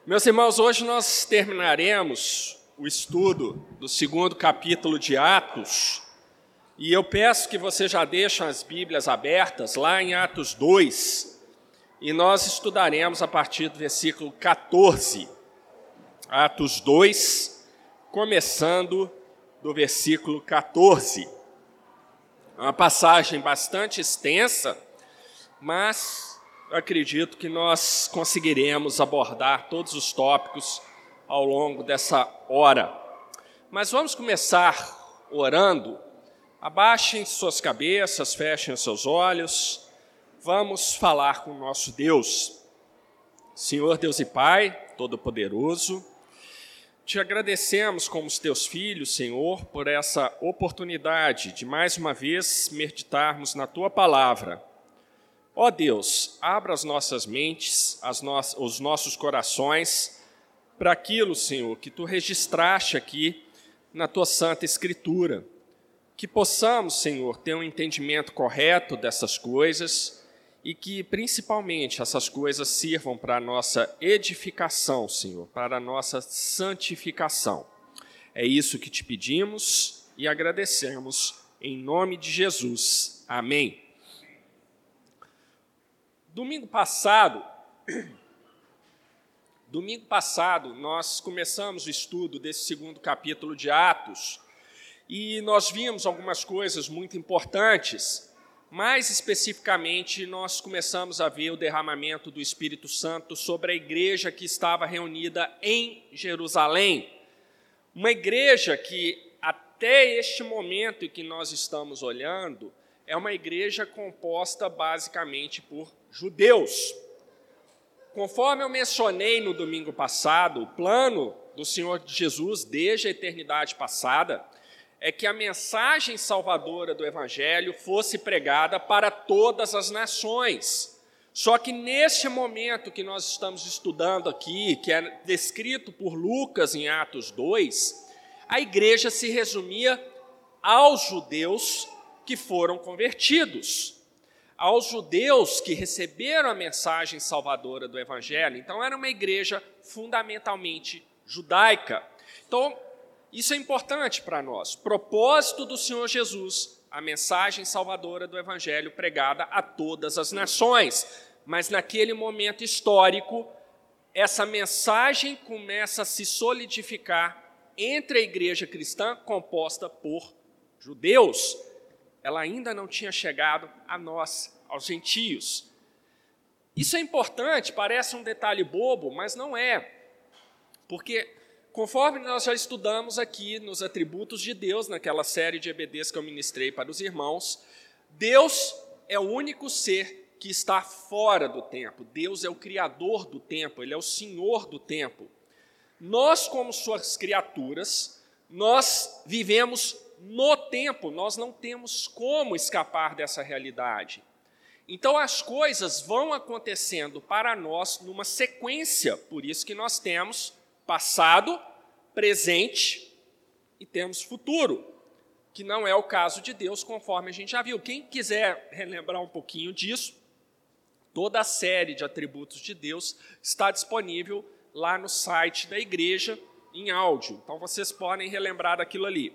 Meus irmãos, hoje nós terminaremos o estudo do segundo capítulo de Atos, e eu peço que você já deixe as Bíblias abertas lá em Atos 2, e nós estudaremos a partir do versículo 14. Atos 2, começando do versículo 14. É uma passagem bastante extensa, mas eu acredito que nós conseguiremos abordar todos os tópicos ao longo dessa hora. Mas vamos começar orando. Abaixem suas cabeças, fechem os seus olhos. Vamos falar com o nosso Deus. Senhor Deus e Pai Todo-Poderoso, te agradecemos como os teus filhos, Senhor, por essa oportunidade de mais uma vez meditarmos na tua palavra. Ó Deus, abra as nossas mentes, os nossos corações para aquilo, Senhor, que tu registraste aqui na tua Santa Escritura. Que possamos, Senhor, ter um entendimento correto dessas coisas e que, principalmente, essas coisas sirvam para a nossa edificação, Senhor, para a nossa santificação. É isso que te pedimos e agradecemos em nome de Jesus. Amém. Domingo passado, nós começamos o estudo desse segundo capítulo de Atos e nós vimos algumas coisas muito importantes. Mais especificamente, nós começamos a ver o derramamento do Espírito Santo sobre a igreja que estava reunida em Jerusalém. Uma igreja que, até este momento em que nós estamos olhando, é uma igreja composta basicamente por judeus. Conforme eu mencionei no domingo passado, o plano do Senhor Jesus desde a eternidade passada é que a mensagem salvadora do Evangelho fosse pregada para todas as nações. Só que neste momento que nós estamos estudando aqui, que é descrito por Lucas em Atos 2, a igreja se resumia aos judeus que foram convertidos, aos judeus que receberam a mensagem salvadora do Evangelho. Então, era uma igreja fundamentalmente judaica. Então, isso é importante para nós. Propósito do Senhor Jesus, a mensagem salvadora do Evangelho pregada a todas as nações. Mas, naquele momento histórico, essa mensagem começa a se solidificar entre a igreja cristã composta por judeus. Ela ainda não tinha chegado a nós, aos gentios. Isso é importante, parece um detalhe bobo, mas não é. Porque, conforme nós já estudamos aqui nos atributos de Deus, naquela série de EBDs que eu ministrei para os irmãos, Deus é o único ser que está fora do tempo. Deus é o Criador do tempo, Ele é o Senhor do tempo. Nós, como suas criaturas, nós vivemos no tempo, nós não temos como escapar dessa realidade. Então, as coisas vão acontecendo para nós numa sequência, por isso que nós temos passado, presente e temos futuro, que não é o caso de Deus, conforme a gente já viu. Quem quiser relembrar um pouquinho disso, toda a série de atributos de Deus está disponível lá no site da igreja, em áudio. Então, vocês podem relembrar daquilo ali.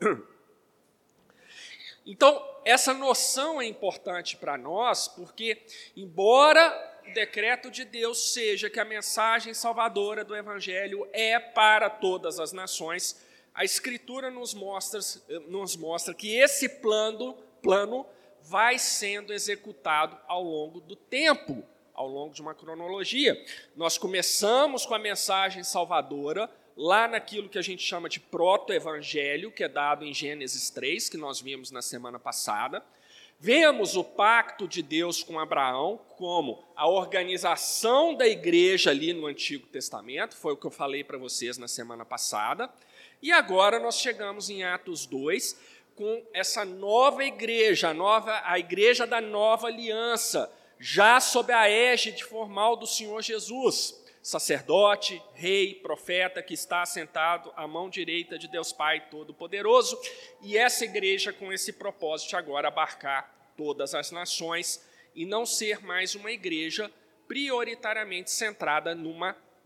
Então, essa noção é importante para nós, porque, embora o decreto de Deus seja que a mensagem salvadora do Evangelho é para todas as nações, a Escritura nos mostra que esse plano vai sendo executado ao longo do tempo, ao longo de uma cronologia. Nós começamos com a mensagem salvadora, lá naquilo que a gente chama de proto-evangelho, que é dado em Gênesis 3, que nós vimos na semana passada. Vemos o pacto de Deus com Abraão como a organização da igreja ali no Antigo Testamento, foi o que eu falei para vocês na semana passada. E agora nós chegamos em Atos 2, com essa nova igreja, a igreja da nova aliança, já sob a égide formal do Senhor Jesus, sacerdote, rei, profeta, que está assentado à mão direita de Deus Pai Todo-Poderoso, e essa igreja com esse propósito de agora abarcar todas as nações e não ser mais uma igreja prioritariamente centrada numa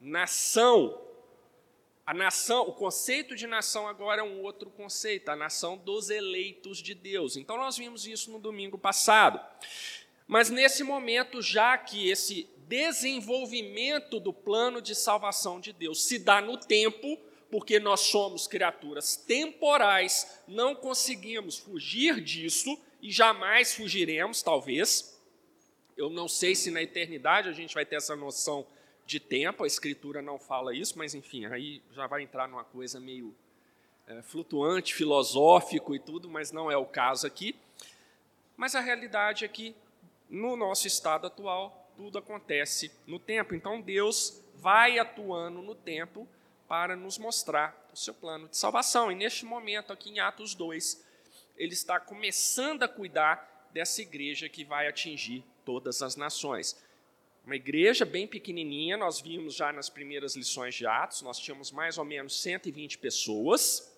nação. A nação, o conceito de nação agora é um outro conceito, a nação dos eleitos de Deus. Então, nós vimos isso no domingo passado. Mas, nesse momento, já que esse desenvolvimento do plano de salvação de Deus se dá no tempo, porque nós somos criaturas temporais, não conseguimos fugir disso e jamais fugiremos, talvez. Eu não sei se na eternidade a gente vai ter essa noção de tempo, a Escritura não fala isso, mas, enfim, aí já vai entrar numa coisa meio flutuante, filosófico e tudo, mas não é o caso aqui. Mas a realidade é que, no nosso estado atual, tudo acontece no tempo. Então, Deus vai atuando no tempo para nos mostrar o seu plano de salvação. E, neste momento, aqui em Atos 2, ele está começando a cuidar dessa igreja que vai atingir todas as nações. Uma igreja bem pequenininha, nós vimos já nas primeiras lições de Atos, nós tínhamos mais ou menos 120 pessoas,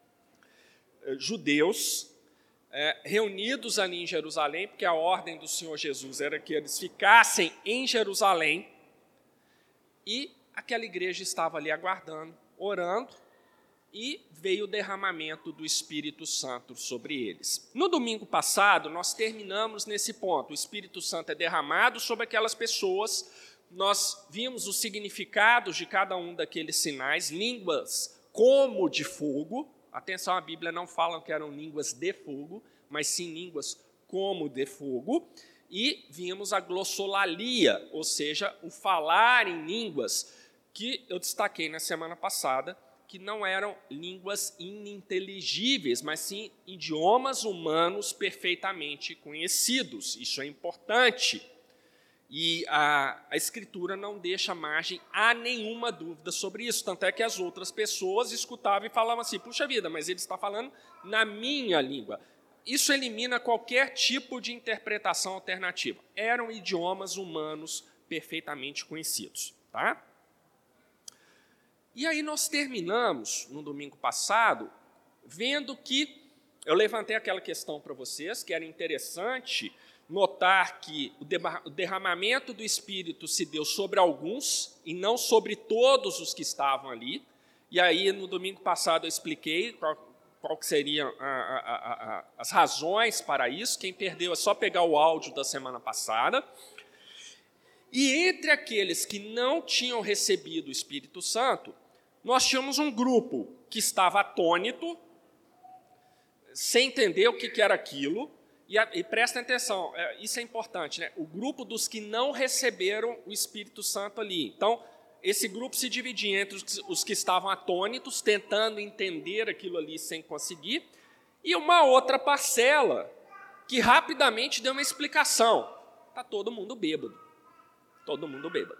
judeus, reunidos ali em Jerusalém, porque a ordem do Senhor Jesus era que eles ficassem em Jerusalém, e aquela igreja estava ali aguardando, orando, e veio o derramamento do Espírito Santo sobre eles. No domingo passado, nós terminamos nesse ponto. O Espírito Santo é derramado sobre aquelas pessoas, nós vimos os significados de cada um daqueles sinais, línguas como de fogo. Atenção, a Bíblia não fala que eram línguas de fogo, mas sim línguas como de fogo. E vimos a glossolalia, ou seja, o falar em línguas, que eu destaquei na semana passada, que não eram línguas ininteligíveis, mas sim idiomas humanos perfeitamente conhecidos. Isso é importante. E a Escritura não deixa margem a nenhuma dúvida sobre isso. Tanto é que as outras pessoas escutavam e falavam assim, puxa vida, mas ele está falando na minha língua. Isso elimina qualquer tipo de interpretação alternativa. Eram idiomas humanos perfeitamente conhecidos. Tá? E aí nós terminamos, no domingo passado, vendo que, eu levantei aquela questão para vocês, que era interessante notar que o derramamento do Espírito se deu sobre alguns e não sobre todos os que estavam ali. E aí, no domingo passado, eu expliquei qual que seriam as razões para isso. Quem perdeu é só pegar o áudio da semana passada. E entre aqueles que não tinham recebido o Espírito Santo, nós tínhamos um grupo que estava atônito, sem entender o que era aquilo, e prestem atenção, isso é importante, né? O grupo dos que não receberam o Espírito Santo ali. Então, esse grupo se dividia entre os que estavam atônitos, tentando entender aquilo ali sem conseguir, e uma outra parcela que rapidamente deu uma explicação. Está todo mundo bêbado. Todo mundo bêbado.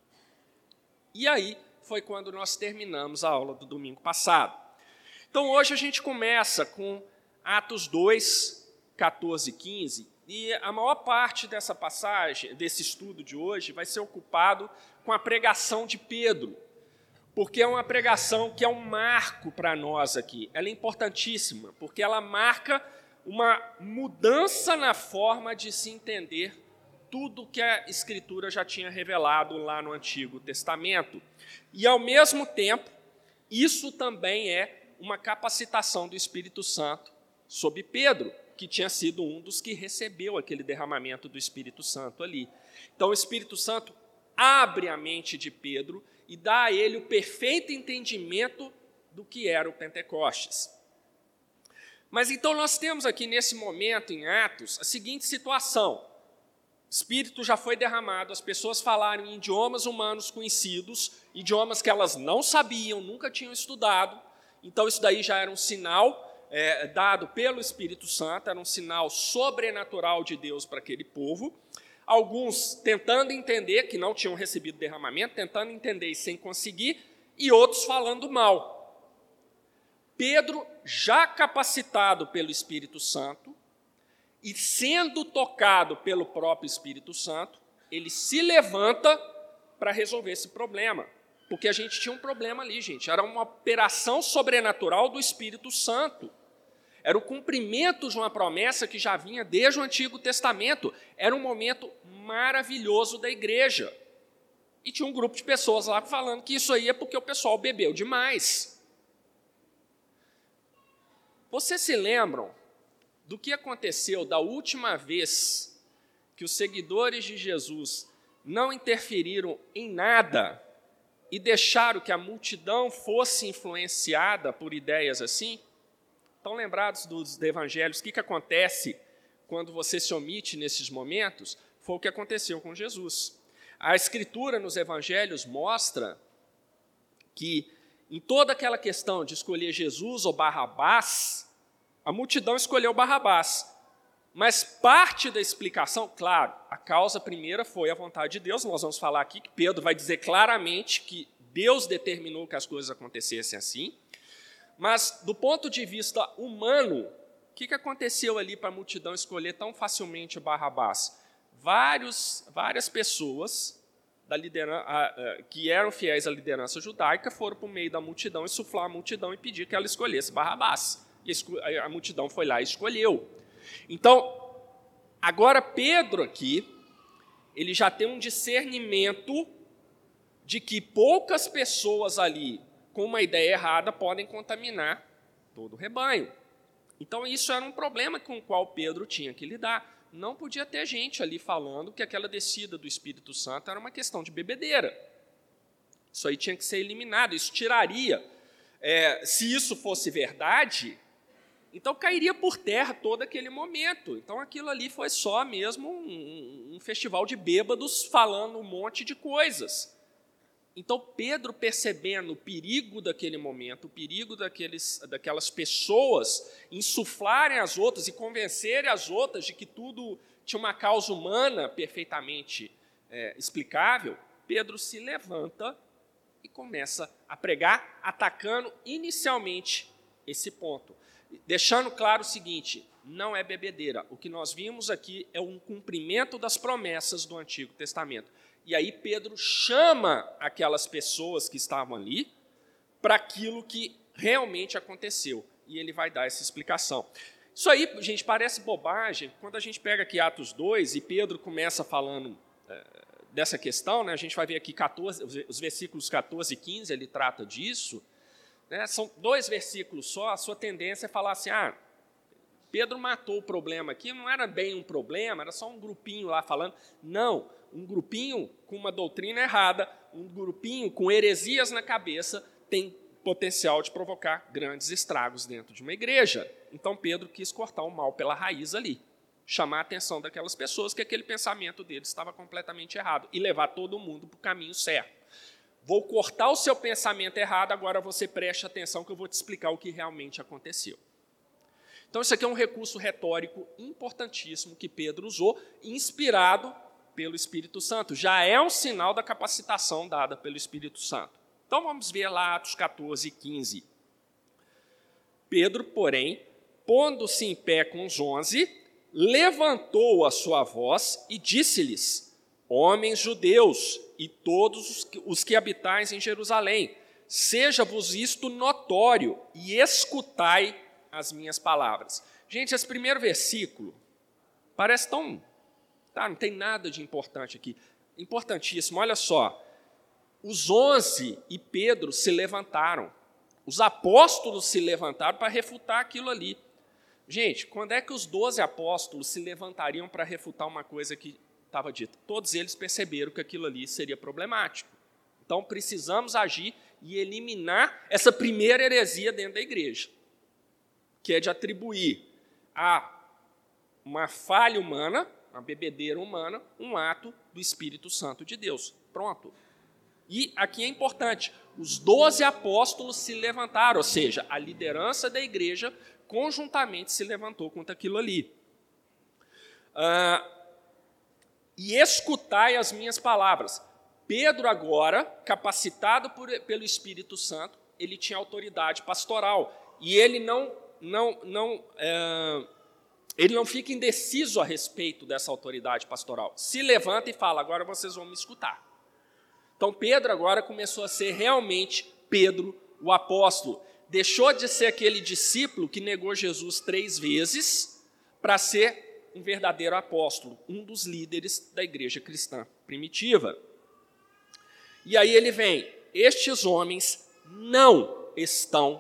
E aí foi quando nós terminamos a aula do domingo passado. Então, hoje a gente começa com Atos 2, 14 e 15, e a maior parte dessa passagem, desse estudo de hoje, vai ser ocupado com a pregação de Pedro, porque é uma pregação que é um marco para nós aqui. Ela é importantíssima, porque ela marca uma mudança na forma de se entender tudo que a Escritura já tinha revelado lá no Antigo Testamento. E, ao mesmo tempo, isso também é uma capacitação do Espírito Santo sobre Pedro, que tinha sido um dos que recebeu aquele derramamento do Espírito Santo ali. Então, o Espírito Santo abre a mente de Pedro e dá a ele o perfeito entendimento do que era o Pentecostes. Mas, então, nós temos aqui, nesse momento, em Atos, a seguinte situação. O Espírito já foi derramado, as pessoas falaram em idiomas humanos conhecidos, idiomas que elas não sabiam, nunca tinham estudado. Então, isso daí já era um sinal dado pelo Espírito Santo, era um sinal sobrenatural de Deus para aquele povo. Alguns tentando entender, que não tinham recebido derramamento, tentando entender e sem conseguir, e outros falando mal. Pedro, já capacitado pelo Espírito Santo, e sendo tocado pelo próprio Espírito Santo, ele se levanta para resolver esse problema. Porque a gente tinha um problema ali, gente. Era uma operação sobrenatural do Espírito Santo. Era o cumprimento de uma promessa que já vinha desde o Antigo Testamento. Era um momento maravilhoso da igreja. E tinha um grupo de pessoas lá falando que isso aí é porque o pessoal bebeu demais. Vocês se lembram do que aconteceu da última vez que os seguidores de Jesus não interferiram em nada e deixaram que a multidão fosse influenciada por ideias assim? Estão lembrados dos evangelhos? O que acontece quando você se omite nesses momentos? Foi o que aconteceu com Jesus. A Escritura nos evangelhos mostra que, em toda aquela questão de escolher Jesus ou Barrabás, a multidão escolheu Barrabás. Mas parte da explicação, claro, a causa primeira foi a vontade de Deus. Nós vamos falar aqui que Pedro vai dizer claramente que Deus determinou que as coisas acontecessem assim. Mas, do ponto de vista humano, o que aconteceu ali para a multidão escolher tão facilmente Barrabás? Várias pessoas que eram fiéis à liderança judaica foram para o meio da multidão insuflar a multidão e pedir que ela escolhesse Barrabás. E a multidão foi lá e escolheu. Então, agora Pedro aqui, ele já tem um discernimento de que poucas pessoas ali com uma ideia errada podem contaminar todo o rebanho. Então, isso era um problema com o qual Pedro tinha que lidar. Não podia ter gente ali falando que aquela descida do Espírito Santo era uma questão de bebedeira. Isso aí tinha que ser eliminado. Isso tiraria, se isso fosse verdade, então cairia por terra todo aquele momento. Então, aquilo ali foi só mesmo um festival de bêbados falando um monte de coisas. Então, Pedro, percebendo o perigo daquele momento, o perigo daquelas pessoas insuflarem as outras e convencerem as outras de que tudo tinha uma causa humana perfeitamente explicável, Pedro se levanta e começa a pregar, atacando inicialmente esse ponto, deixando claro o seguinte: não é bebedeira. O que nós vimos aqui é um cumprimento das promessas do Antigo Testamento. E aí Pedro chama aquelas pessoas que estavam ali para aquilo que realmente aconteceu. E ele vai dar essa explicação. Isso aí, gente, parece bobagem. Quando a gente pega aqui Atos 2 e Pedro começa falando dessa questão, né, a gente vai ver aqui os versículos 14 e 15, ele trata disso. Né, são 2 versículos só, a sua tendência é falar assim, Pedro matou o problema aqui, não era bem um problema, era só um grupinho lá falando. Não, um grupinho com uma doutrina errada, um grupinho com heresias na cabeça, tem potencial de provocar grandes estragos dentro de uma igreja. Então Pedro quis cortar o mal pela raiz ali, chamar a atenção daquelas pessoas que aquele pensamento deles estava completamente errado e levar todo mundo para o caminho certo. Vou cortar o seu pensamento errado, agora você preste atenção que eu vou te explicar o que realmente aconteceu. Então, isso aqui é um recurso retórico importantíssimo que Pedro usou, inspirado pelo Espírito Santo. Já é um sinal da capacitação dada pelo Espírito Santo. Então, vamos ver lá Atos 14 e 15. Pedro, porém, pondo-se em pé com os 11, levantou a sua voz e disse-lhes: homens judeus e todos os que habitais em Jerusalém, seja-vos isto notório e escutai as minhas palavras. Gente, esse primeiro versículo parece tão... não tem nada de importante aqui. Importantíssimo, olha só. Os 11 e Pedro se levantaram. Os apóstolos se levantaram para refutar aquilo ali. Gente, quando é que os 12 apóstolos se levantariam para refutar uma coisa que estava dita? Todos eles perceberam que aquilo ali seria problemático. Então, precisamos agir e eliminar essa primeira heresia dentro da igreja, que é de atribuir a uma falha humana, uma bebedeira humana, um ato do Espírito Santo de Deus. Pronto. E aqui é importante, os 12 apóstolos se levantaram, ou seja, a liderança da igreja conjuntamente se levantou contra aquilo ali. E escutai as minhas palavras. Pedro agora, capacitado pelo Espírito Santo, ele tinha autoridade pastoral, e ele ele não fica indeciso a respeito dessa autoridade pastoral. Se levanta e fala, agora vocês vão me escutar. Então, Pedro agora começou a ser realmente Pedro, o apóstolo. Deixou de ser aquele discípulo que negou Jesus 3 vezes para ser um verdadeiro apóstolo, um dos líderes da igreja cristã primitiva. E aí ele vem, estes homens não estão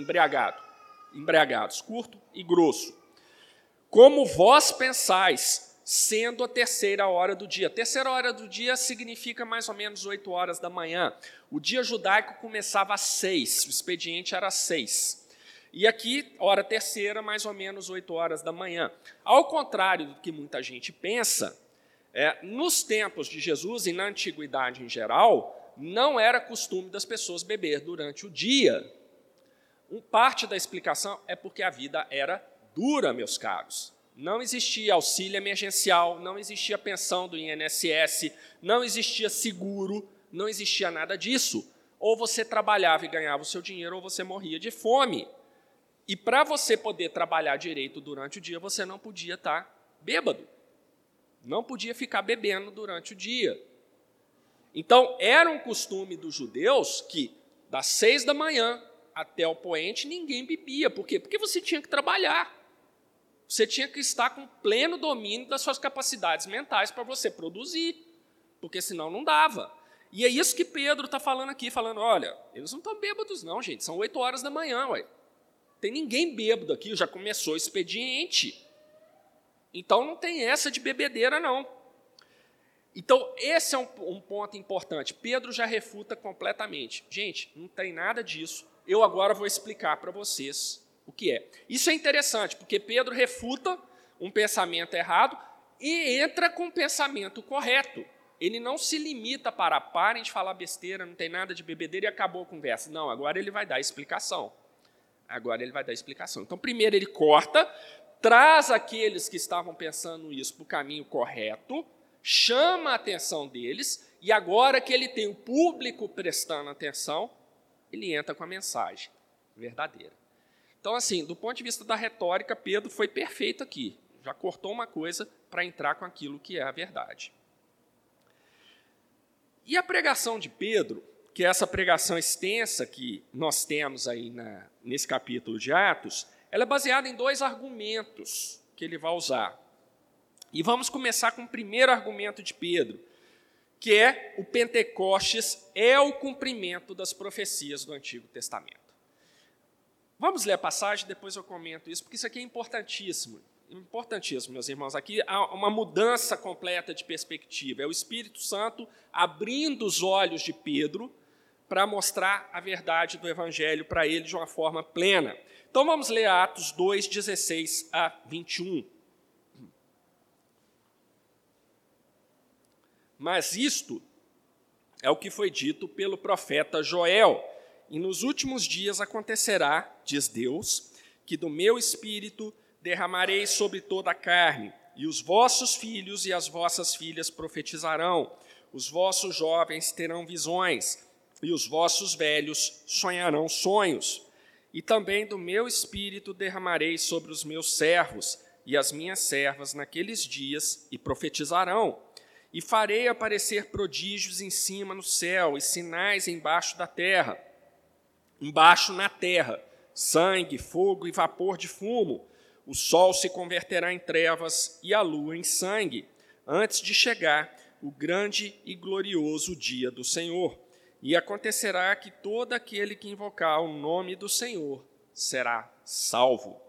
embriagados, curto e grosso. Como vós pensais, sendo a terceira hora do dia. Terceira hora do dia significa mais ou menos 8 horas da manhã. O dia judaico começava às 6, o expediente era às 6. E aqui, hora terceira, mais ou menos 8 horas da manhã. Ao contrário do que muita gente pensa, nos tempos de Jesus e na antiguidade em geral, não era costume das pessoas beber durante o dia. Parte da explicação é porque a vida era dura, meus caros. Não existia auxílio emergencial, não existia pensão do INSS, não existia seguro, não existia nada disso. Ou você trabalhava e ganhava o seu dinheiro, ou você morria de fome. E para você poder trabalhar direito durante o dia, você não podia estar bêbado. Não podia ficar bebendo durante o dia. Então, era um costume dos judeus que, das 6 da manhã até o poente, ninguém bebia. Por quê? Porque você tinha que trabalhar. Você tinha que estar com pleno domínio das suas capacidades mentais para você produzir, porque senão não dava. E é isso que Pedro está falando aqui, falando, olha, eles não estão bêbados não, gente, são 8 horas da manhã, ué. Tem ninguém bêbado aqui, já começou o expediente. Então não tem essa de bebedeira, não. Então, esse é um ponto importante. Pedro já refuta completamente. Gente, não tem nada disso. Eu agora vou explicar para vocês o que é. Isso é interessante, porque Pedro refuta um pensamento errado e entra com um pensamento correto. Ele não se limita para parem de falar besteira, não tem nada de bebedeira e acabou a conversa. Não, agora ele vai dar explicação. Então, primeiro ele corta, traz aqueles que estavam pensando isso para o caminho correto, chama a atenção deles, e agora que ele tem o público prestando atenção, ele entra com a mensagem verdadeira. Então, assim, do ponto de vista da retórica, Pedro foi perfeito aqui. Já cortou uma coisa para entrar com aquilo que é a verdade. E a pregação de Pedro, que é essa pregação extensa que nós temos aí nesse capítulo de Atos, ela é baseada em 2 argumentos que ele vai usar. E vamos começar com o primeiro argumento de Pedro, que é o Pentecostes é o cumprimento das profecias do Antigo Testamento. Vamos ler a passagem, depois eu comento isso, porque isso aqui é importantíssimo. Importantíssimo, meus irmãos. Aqui há uma mudança completa de perspectiva. É o Espírito Santo abrindo os olhos de Pedro para mostrar a verdade do Evangelho para ele de uma forma plena. Então vamos ler Atos 2, 16 a 21. Mas isto é o que foi dito pelo profeta Joel. E nos últimos dias acontecerá, diz Deus, que do meu Espírito derramarei sobre toda a carne, e os vossos filhos e as vossas filhas profetizarão, os vossos jovens terão visões, e os vossos velhos sonharão sonhos. E também do meu Espírito derramarei sobre os meus servos e as minhas servas naqueles dias, e profetizarão. E farei aparecer prodígios em cima no céu, e sinais embaixo da terra, embaixo na terra, sangue, fogo e vapor de fumo. O sol se converterá em trevas e a lua em sangue, antes de chegar o grande e glorioso dia do Senhor. E acontecerá que todo aquele que invocar o nome do Senhor será salvo.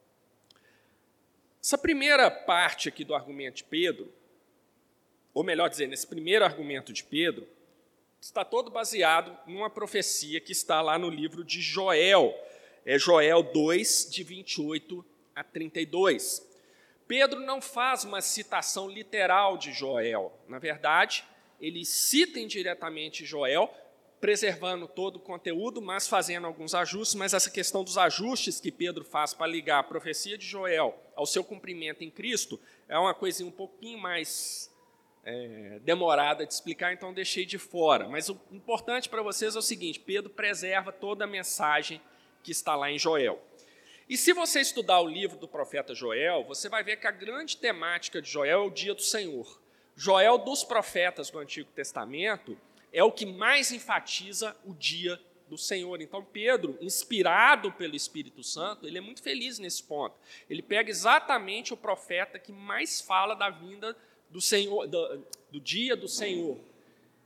Essa primeira parte aqui do argumento de Pedro, ou melhor dizer, nesse primeiro argumento de Pedro, está todo baseado numa profecia que está lá no livro de Joel. É Joel 2, de 28 a 32. Pedro não faz uma citação literal de Joel. Na verdade, ele cita indiretamente Joel, preservando todo o conteúdo, mas fazendo alguns ajustes. Mas essa questão dos ajustes que Pedro faz para ligar a profecia de Joel ao seu cumprimento em Cristo é uma coisinha um pouquinho mais demorada de explicar, então deixei de fora. Mas o importante para vocês é o seguinte: Pedro preserva toda a mensagem que está lá em Joel. E se você estudar o livro do profeta Joel, você vai ver que a grande temática de Joel é o dia do Senhor. Joel, dos profetas do Antigo Testamento, é o que mais enfatiza o dia do Senhor. Então, Pedro, inspirado pelo Espírito Santo, ele é muito feliz nesse ponto. Ele pega exatamente o profeta que mais fala da vinda do Senhor, do dia do Senhor.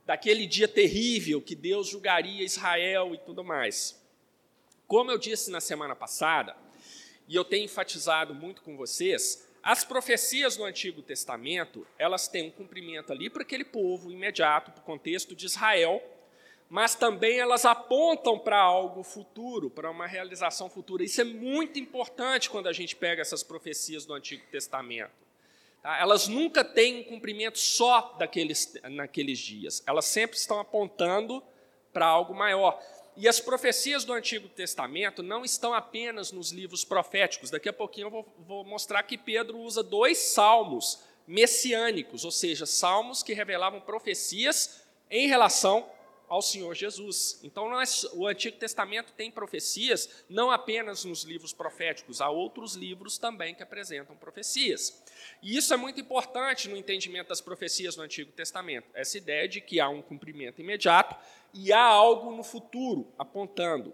daquele dia terrível que Deus julgaria Israel e tudo mais. Como eu disse na semana passada, e eu tenho enfatizado muito com vocês, as profecias do Antigo Testamento, elas têm um cumprimento ali para aquele povo imediato, para o contexto de Israel, mas também elas apontam para algo futuro, para uma realização futura. Isso é muito importante quando a gente pega essas profecias do Antigo Testamento. Tá? Elas nunca têm um cumprimento só naqueles dias, elas sempre estão apontando para algo maior. E as profecias do Antigo Testamento não estão apenas nos livros proféticos. Daqui a pouquinho eu vou mostrar que Pedro usa 2 salmos messiânicos, ou seja, salmos que revelavam profecias em relação ao Senhor Jesus. Então, o Antigo Testamento tem profecias não apenas nos livros proféticos, há outros livros também que apresentam profecias. E isso é muito importante no entendimento das profecias do Antigo Testamento, essa ideia de que há um cumprimento imediato e há algo no futuro apontando.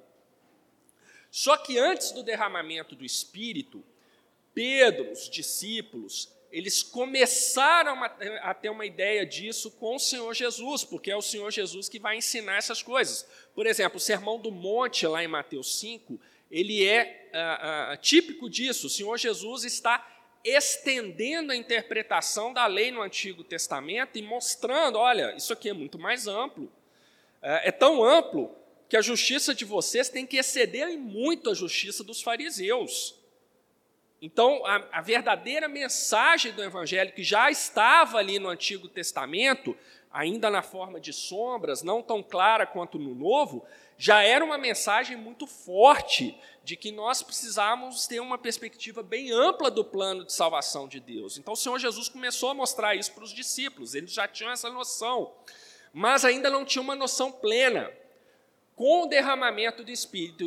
Só que antes do derramamento do Espírito, Pedro, os discípulos, eles começaram a ter uma ideia disso com o Senhor Jesus, porque é o Senhor Jesus que vai ensinar essas coisas. Por exemplo, o Sermão do Monte, lá em Mateus 5, ele é típico disso. O Senhor Jesus está estendendo a interpretação da lei no Antigo Testamento e mostrando, olha, isso aqui é muito mais amplo. É tão amplo que a justiça de vocês tem que exceder em muito a justiça dos fariseus. Então, a verdadeira mensagem do Evangelho, que já estava ali no Antigo Testamento, ainda na forma de sombras, não tão clara quanto no Novo, já era uma mensagem muito forte de que nós precisávamos ter uma perspectiva bem ampla do plano de salvação de Deus. Então, o Senhor Jesus começou a mostrar isso para os discípulos, eles já tinham essa noção, mas ainda não tinham uma noção plena. Com o derramamento do Espírito,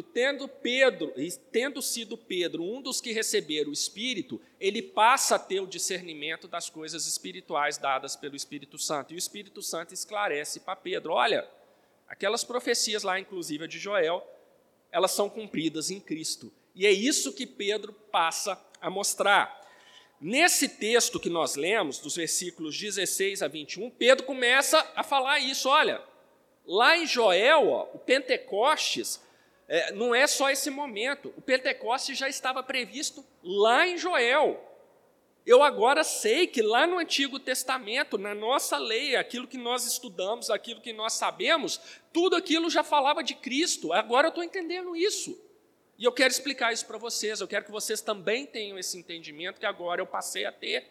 tendo sido Pedro um dos que receberam o Espírito, ele passa a ter o discernimento das coisas espirituais dadas pelo Espírito Santo. E o Espírito Santo esclarece para Pedro, olha, aquelas profecias lá, inclusive a de Joel, elas são cumpridas em Cristo. E é isso que Pedro passa a mostrar. Nesse texto que nós lemos, dos versículos 16 a 21, Pedro começa a falar isso, olha, lá em Joel, o Pentecostes, não é só esse momento. O Pentecostes já estava previsto lá em Joel. Eu agora sei que lá no Antigo Testamento, na nossa lei, aquilo que nós estudamos, aquilo que nós sabemos, tudo aquilo já falava de Cristo. Agora eu estou entendendo isso. E eu quero explicar isso para vocês. Eu quero que vocês também tenham esse entendimento que agora eu passei a ter.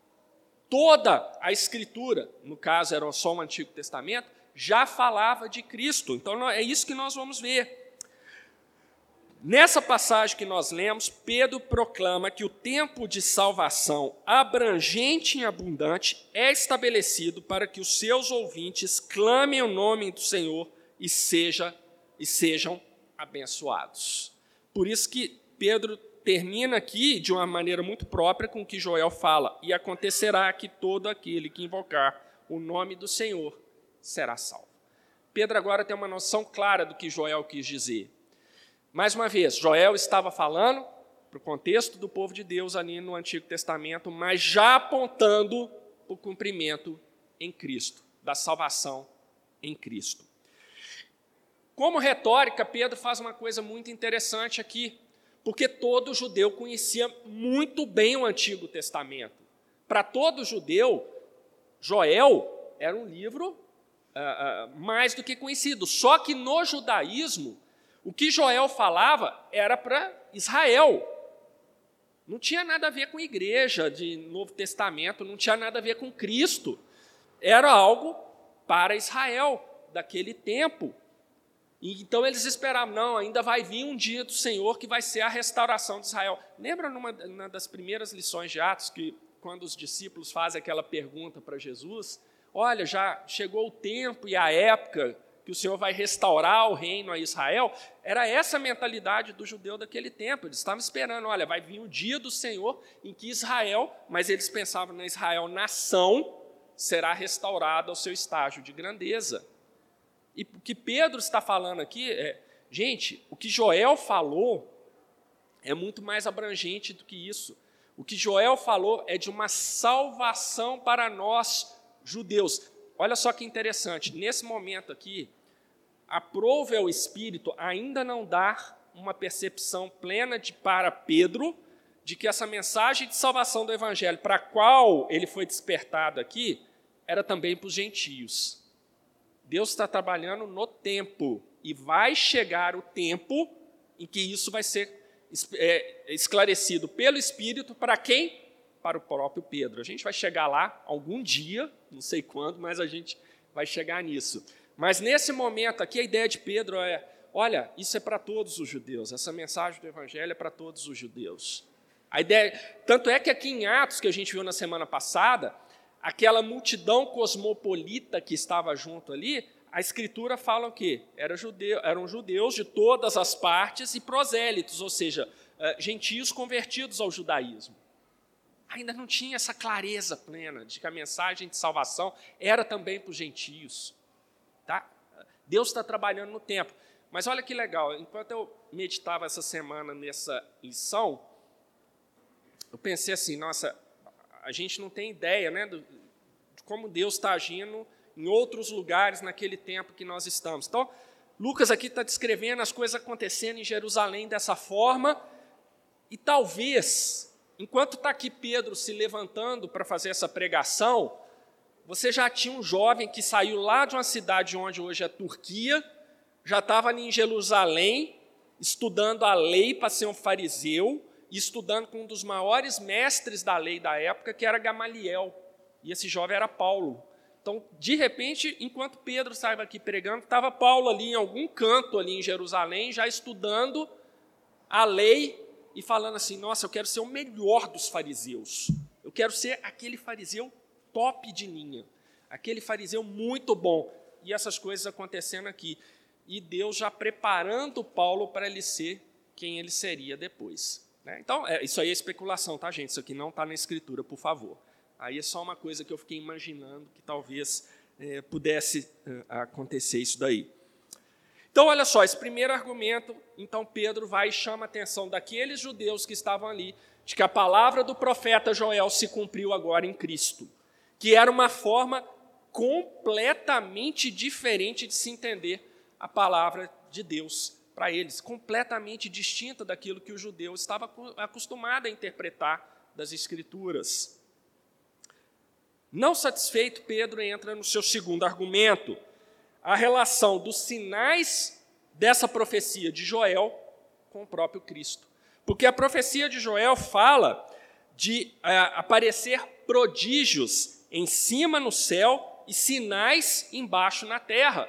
Toda a Escritura, no caso era só o Antigo Testamento, já falava de Cristo. Então, é isso que nós vamos ver. Nessa passagem que nós lemos, Pedro proclama que o tempo de salvação abrangente e abundante é estabelecido para que os seus ouvintes clamem o nome do Senhor e sejam abençoados. Por isso que Pedro termina aqui de uma maneira muito própria com o que Joel fala, e acontecerá que todo aquele que invocar o nome do Senhor será salvo. Pedro agora tem uma noção clara do que Joel quis dizer. Mais uma vez, Joel estava falando para o contexto do povo de Deus ali no Antigo Testamento, mas já apontando o cumprimento em Cristo, da salvação em Cristo. Como retórica, Pedro faz uma coisa muito interessante aqui, porque todo judeu conhecia muito bem o Antigo Testamento. Para todo judeu, Joel era um livro mais do que conhecido. Só que no judaísmo, o que Joel falava era para Israel. Não tinha nada a ver com igreja de Novo Testamento, não tinha nada a ver com Cristo. Era algo para Israel daquele tempo. E então eles esperavam, não, ainda vai vir um dia do Senhor que vai ser a restauração de Israel. Lembra numa das primeiras lições de Atos, que quando os discípulos fazem aquela pergunta para Jesus, olha, já chegou o tempo e a época que o Senhor vai restaurar o reino a Israel, era essa a mentalidade do judeu daquele tempo. Eles estavam esperando, olha, vai vir o dia do Senhor em que Israel, mas eles pensavam na Israel nação, será restaurada ao seu estágio de grandeza. E o que Pedro está falando aqui gente, o que Joel falou é muito mais abrangente do que isso. O que Joel falou é de uma salvação para nós, judeus. olha só que interessante, nesse momento aqui, aprove ao Espírito ainda não dar uma percepção plena para Pedro de que essa mensagem de salvação do Evangelho, para a qual ele foi despertado aqui, era também para os gentios. Deus está trabalhando no tempo, e vai chegar o tempo em que isso vai ser esclarecido pelo Espírito para quem? Para o próprio Pedro. A gente vai chegar lá algum dia, não sei quando, mas a gente vai chegar nisso. Mas nesse momento aqui, a ideia de Pedro é, olha, isso é para todos os judeus, essa mensagem do Evangelho é para todos os judeus. A ideia, tanto é que aqui em Atos, que a gente viu na semana passada, aquela multidão cosmopolita que estava junto ali, a Escritura fala o quê? Eram judeus de todas as partes e prosélitos, ou seja, gentios convertidos ao judaísmo. Ainda não tinha essa clareza plena de que a mensagem de salvação era também para os gentios. Tá? Deus está trabalhando no tempo. Mas olha que legal, enquanto eu meditava essa semana nessa lição, eu pensei assim, nossa, a gente não tem ideia, né, de como Deus está agindo em outros lugares naquele tempo que nós estamos. Então, Lucas aqui está descrevendo as coisas acontecendo em Jerusalém dessa forma, e talvez, enquanto está aqui Pedro se levantando para fazer essa pregação, você já tinha um jovem que saiu lá de uma cidade onde hoje é Turquia, já estava ali em Jerusalém, estudando a lei para ser um fariseu, e estudando com um dos maiores mestres da lei da época, que era Gamaliel, e esse jovem era Paulo. Então, de repente, enquanto Pedro estava aqui pregando, estava Paulo ali em algum canto ali em Jerusalém, já estudando a lei e falando assim, nossa, eu quero ser o melhor dos fariseus, eu quero ser aquele fariseu top de linha, aquele fariseu muito bom, e essas coisas acontecendo aqui, e Deus já preparando Paulo para ele ser quem ele seria depois. Então, isso aí é especulação, tá, gente? Isso aqui não está na Escritura, por favor. Aí é só uma coisa que eu fiquei imaginando que talvez pudesse acontecer isso daí. Então, olha só, esse primeiro argumento, então Pedro vai e chama a atenção daqueles judeus que estavam ali, de que a palavra do profeta Joel se cumpriu agora em Cristo, que era uma forma completamente diferente de se entender a palavra de Deus para eles, completamente distinta daquilo que o judeu estava acostumado a interpretar das Escrituras. Não satisfeito, Pedro entra no seu segundo argumento, a relação dos sinais dessa profecia de Joel com o próprio Cristo. Porque a profecia de Joel fala de aparecer prodígios em cima no céu e sinais embaixo na terra.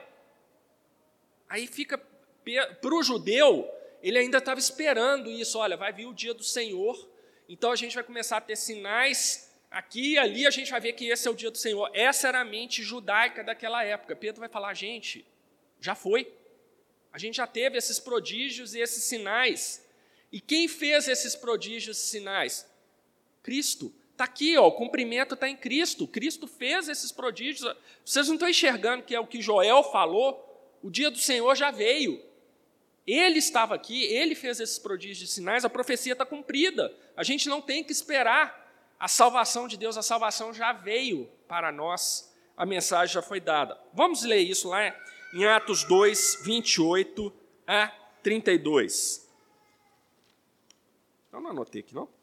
Aí fica, para o judeu, ele ainda estava esperando isso, olha, vai vir o dia do Senhor, então a gente vai começar a ter sinais aqui e ali, a gente vai ver que esse é o dia do Senhor. Essa era a mente judaica daquela época. Pedro vai falar, gente, já foi. A gente já teve esses prodígios e esses sinais. E quem fez esses prodígios e sinais? Cristo. Está aqui, ó, o cumprimento está em Cristo. Cristo fez esses prodígios. Vocês não estão enxergando que é o que Joel falou? O dia do Senhor já veio. Ele estava aqui, ele fez esses prodígios e sinais, a profecia está cumprida. A gente não tem que esperar a salvação de Deus, a salvação já veio para nós, a mensagem já foi dada. Vamos ler isso lá em Atos 2, 28 a 32. Eu não anotei aqui, não?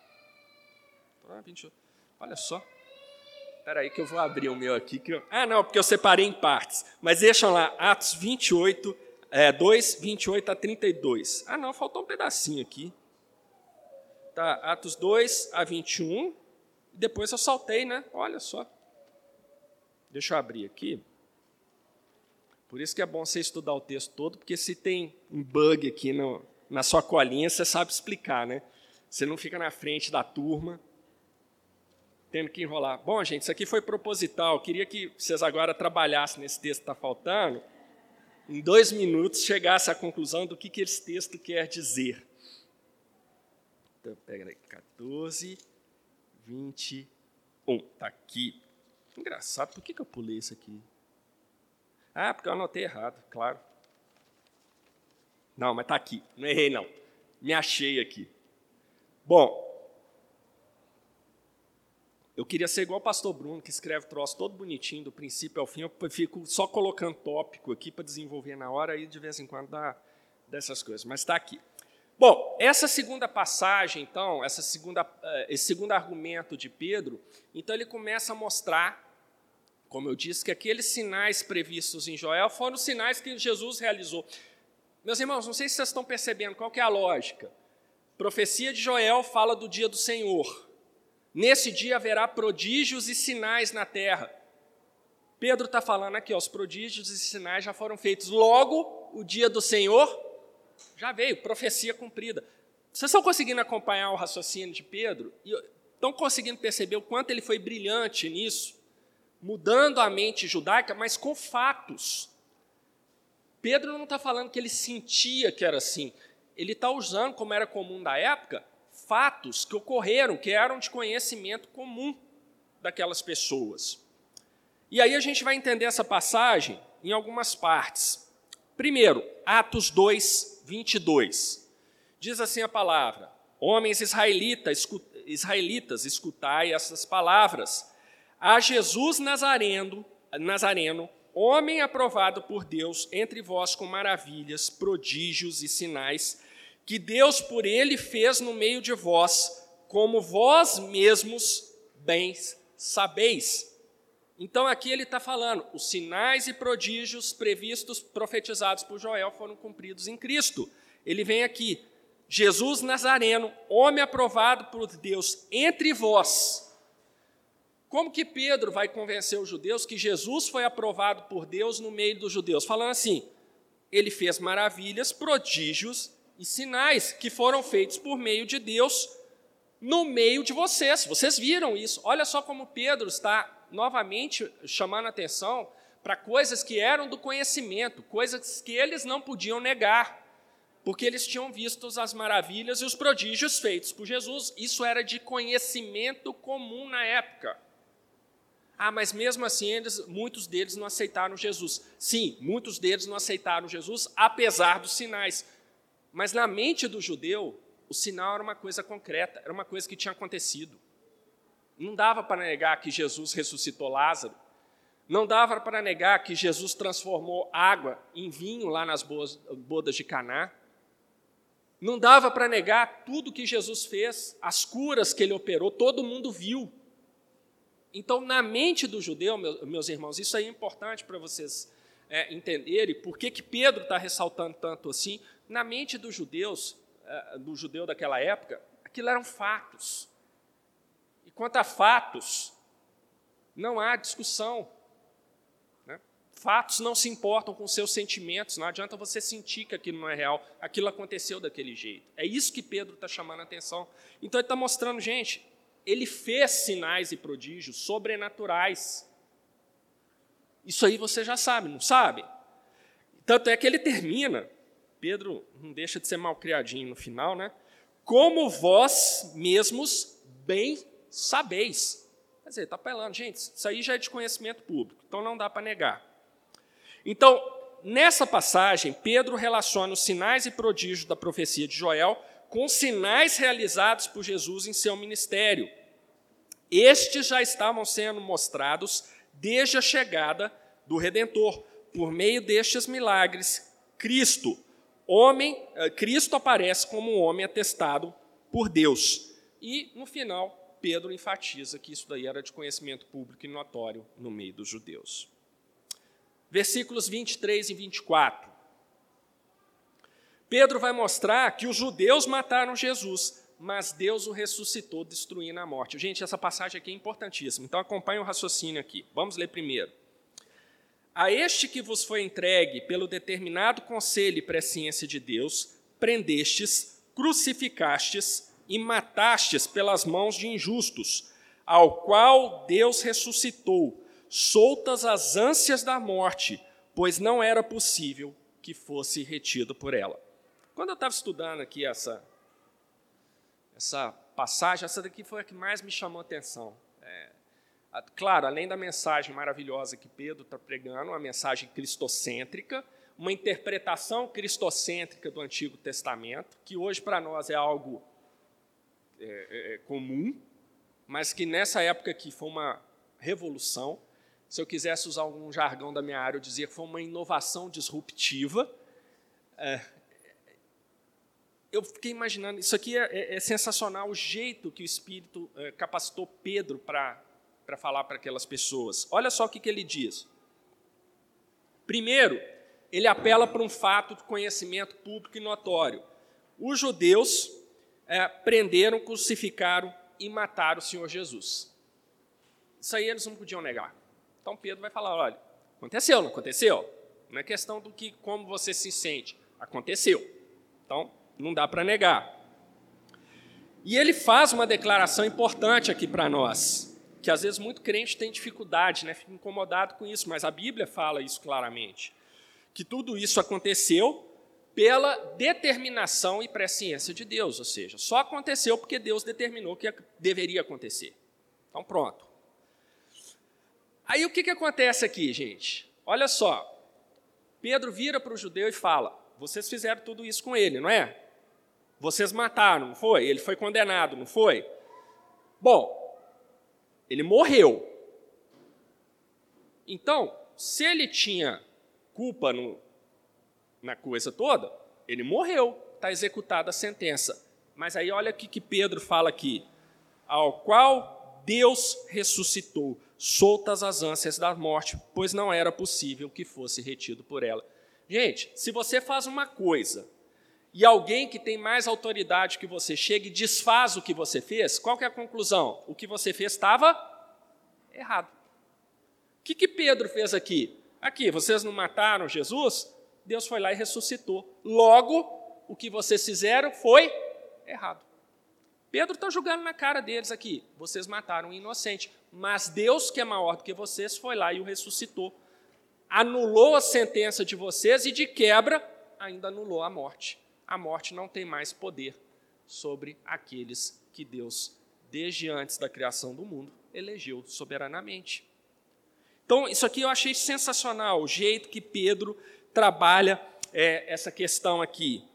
Olha só. Espera aí que eu vou abrir o meu aqui. Não, porque eu separei em partes. Mas deixam lá, Atos 28, 2, 28 a 32. Não, faltou um pedacinho aqui. Tá, Atos 2 a 21. E depois eu saltei, né? Olha só. Deixa eu abrir aqui. Por isso que é bom você estudar o texto todo, porque se tem um bug aqui na sua colinha, você sabe explicar, né? Você não fica na frente da turma, tendo que enrolar. Bom, gente, isso aqui foi proposital. Eu queria que vocês agora trabalhassem nesse texto que está faltando, em 2 minutos chegasse à conclusão do que esse texto quer dizer. Então, pega aí, 14, 21. Está aqui. Engraçado, por que eu pulei isso aqui? Porque eu anotei errado, claro. Não, mas está aqui. Não errei, não. Me achei aqui. Bom, Eu queria ser igual o pastor Bruno, que escreve troço todo bonitinho, do princípio ao fim. Eu fico só colocando tópico aqui para desenvolver na hora, e de vez em quando dá dessas coisas. Mas está aqui. Bom, essa segunda passagem, então, esse segundo argumento de Pedro, então ele começa a mostrar, como eu disse, que aqueles sinais previstos em Joel foram os sinais que Jesus realizou. Meus irmãos, não sei se vocês estão percebendo qual que é a lógica. Profecia de Joel fala do dia do Senhor. Nesse dia haverá prodígios e sinais na terra. Pedro está falando aqui, os prodígios e sinais já foram feitos. Logo, o dia do Senhor já veio, profecia cumprida. Vocês estão conseguindo acompanhar o raciocínio de Pedro? E estão conseguindo perceber o quanto ele foi brilhante nisso? Mudando a mente judaica, mas com fatos. Pedro não está falando que ele sentia que era assim. Ele está usando, como era comum da época, fatos que ocorreram, que eram de conhecimento comum daquelas pessoas. E aí a gente vai entender essa passagem em algumas partes. Primeiro, Atos 2, 22. Diz assim a palavra: Homens israelitas, escutai essas palavras. A Jesus Nazareno, homem aprovado por Deus entre vós com maravilhas, prodígios e sinais, que Deus por ele fez no meio de vós, como vós mesmos bem sabeis. Então aqui ele está falando, os sinais e prodígios previstos, profetizados por Joel, foram cumpridos em Cristo. Ele vem aqui, Jesus Nazareno, homem aprovado por Deus entre vós. Como que Pedro vai convencer os judeus que Jesus foi aprovado por Deus no meio dos judeus? Falando assim, ele fez maravilhas, prodígios e sinais que foram feitos por meio de Deus no meio de vocês. Vocês viram isso. Olha só como Pedro está novamente chamando a atenção para coisas que eram do conhecimento, coisas que eles não podiam negar, porque eles tinham visto as maravilhas e os prodígios feitos por Jesus. Isso era de conhecimento comum na época. Mas mesmo assim, muitos deles não aceitaram Jesus. Sim, muitos deles não aceitaram Jesus, apesar dos sinais. Mas na mente do judeu, o sinal era uma coisa concreta, era uma coisa que tinha acontecido. Não dava para negar que Jesus ressuscitou Lázaro. Não dava para negar que Jesus transformou água em vinho lá nas bodas de Caná. Não dava para negar tudo que Jesus fez, as curas que ele operou, todo mundo viu. Então, na mente do judeu, meus irmãos, isso aí é importante para vocês entenderem por que Pedro está ressaltando tanto assim. Na mente dos judeus, do judeu daquela época, aquilo eram fatos. E quanto a fatos, não há discussão. Né? Fatos não se importam com seus sentimentos, não adianta você sentir que aquilo não é real, aquilo aconteceu daquele jeito. É isso que Pedro está chamando a atenção. Então ele está mostrando, gente, ele fez sinais e prodígios sobrenaturais. Isso aí você já sabe, não sabe? Tanto é que ele termina, Pedro não deixa de ser malcriadinho no final, né? Como vós mesmos bem sabeis. Quer dizer, está apelando, gente, isso aí já é de conhecimento público, então não dá para negar. Então, nessa passagem, Pedro relaciona os sinais e prodígios da profecia de Joel com sinais realizados por Jesus em seu ministério. Estes já estavam sendo mostrados desde a chegada do Redentor. Por meio destes milagres, Cristo aparece como um homem atestado por Deus. E, no final, Pedro enfatiza que isso daí era de conhecimento público e notório no meio dos judeus. Versículos 23 e 24. Pedro vai mostrar que os judeus mataram Jesus, mas Deus o ressuscitou, destruindo a morte. Gente, essa passagem aqui é importantíssima, então acompanhe o raciocínio aqui. Vamos ler primeiro. A este que vos foi entregue pelo determinado conselho e presciência de Deus, prendestes, crucificastes e matastes pelas mãos de injustos, ao qual Deus ressuscitou, soltas as ânsias da morte, pois não era possível que fosse retido por ela. Quando eu estava estudando aqui essa passagem, essa daqui foi a que mais me chamou a atenção. Claro, além da mensagem maravilhosa que Pedro está pregando, uma mensagem cristocêntrica, uma interpretação cristocêntrica do Antigo Testamento, que hoje para nós é algo comum, mas que nessa época aqui foi uma revolução. Se eu quisesse usar algum jargão da minha área, eu dizia que foi uma inovação disruptiva. Eu fiquei imaginando, isso aqui é sensacional, o jeito que o Espírito capacitou Pedro para falar para aquelas pessoas. Olha só o que ele diz. Primeiro, ele apela para um fato de conhecimento público e notório. Os judeus prenderam, crucificaram e mataram o Senhor Jesus. Isso aí eles não podiam negar. Então Pedro vai falar, olha, aconteceu, não aconteceu? Não é questão do que, como você se sente. Aconteceu. Então, não dá para negar. E ele faz uma declaração importante aqui para nós, que às vezes muito crente tem dificuldade, né? Fica incomodado com isso, mas a Bíblia fala isso claramente, que tudo isso aconteceu pela determinação e presciência de Deus, ou seja, só aconteceu porque Deus determinou que deveria acontecer. Então, pronto. Aí o que acontece aqui, gente? Olha só, Pedro vira para o judeu e fala, vocês fizeram tudo isso com ele, não é? Vocês mataram, não foi? Ele foi condenado, não foi? Bom, ele morreu. Então, se ele tinha culpa na coisa toda, ele morreu, está executada a sentença. Mas aí olha o que Pedro fala aqui. Ao qual Deus ressuscitou, soltas as ânsias da morte, pois não era possível que fosse retido por ela. Gente, se você faz uma coisa e alguém que tem mais autoridade que você chega e desfaz o que você fez, qual que é a conclusão? O que você fez estava errado. O que Pedro fez aqui? Aqui, vocês não mataram Jesus? Deus foi lá e ressuscitou. Logo, o que vocês fizeram foi errado. Pedro está jogando na cara deles aqui. Vocês mataram um inocente, mas Deus, que é maior do que vocês, foi lá e o ressuscitou. Anulou a sentença de vocês e, de quebra, ainda anulou a morte. A morte não tem mais poder sobre aqueles que Deus, desde antes da criação do mundo, elegeu soberanamente. Então, isso aqui eu achei sensacional, o jeito que Pedro trabalha essa questão aqui.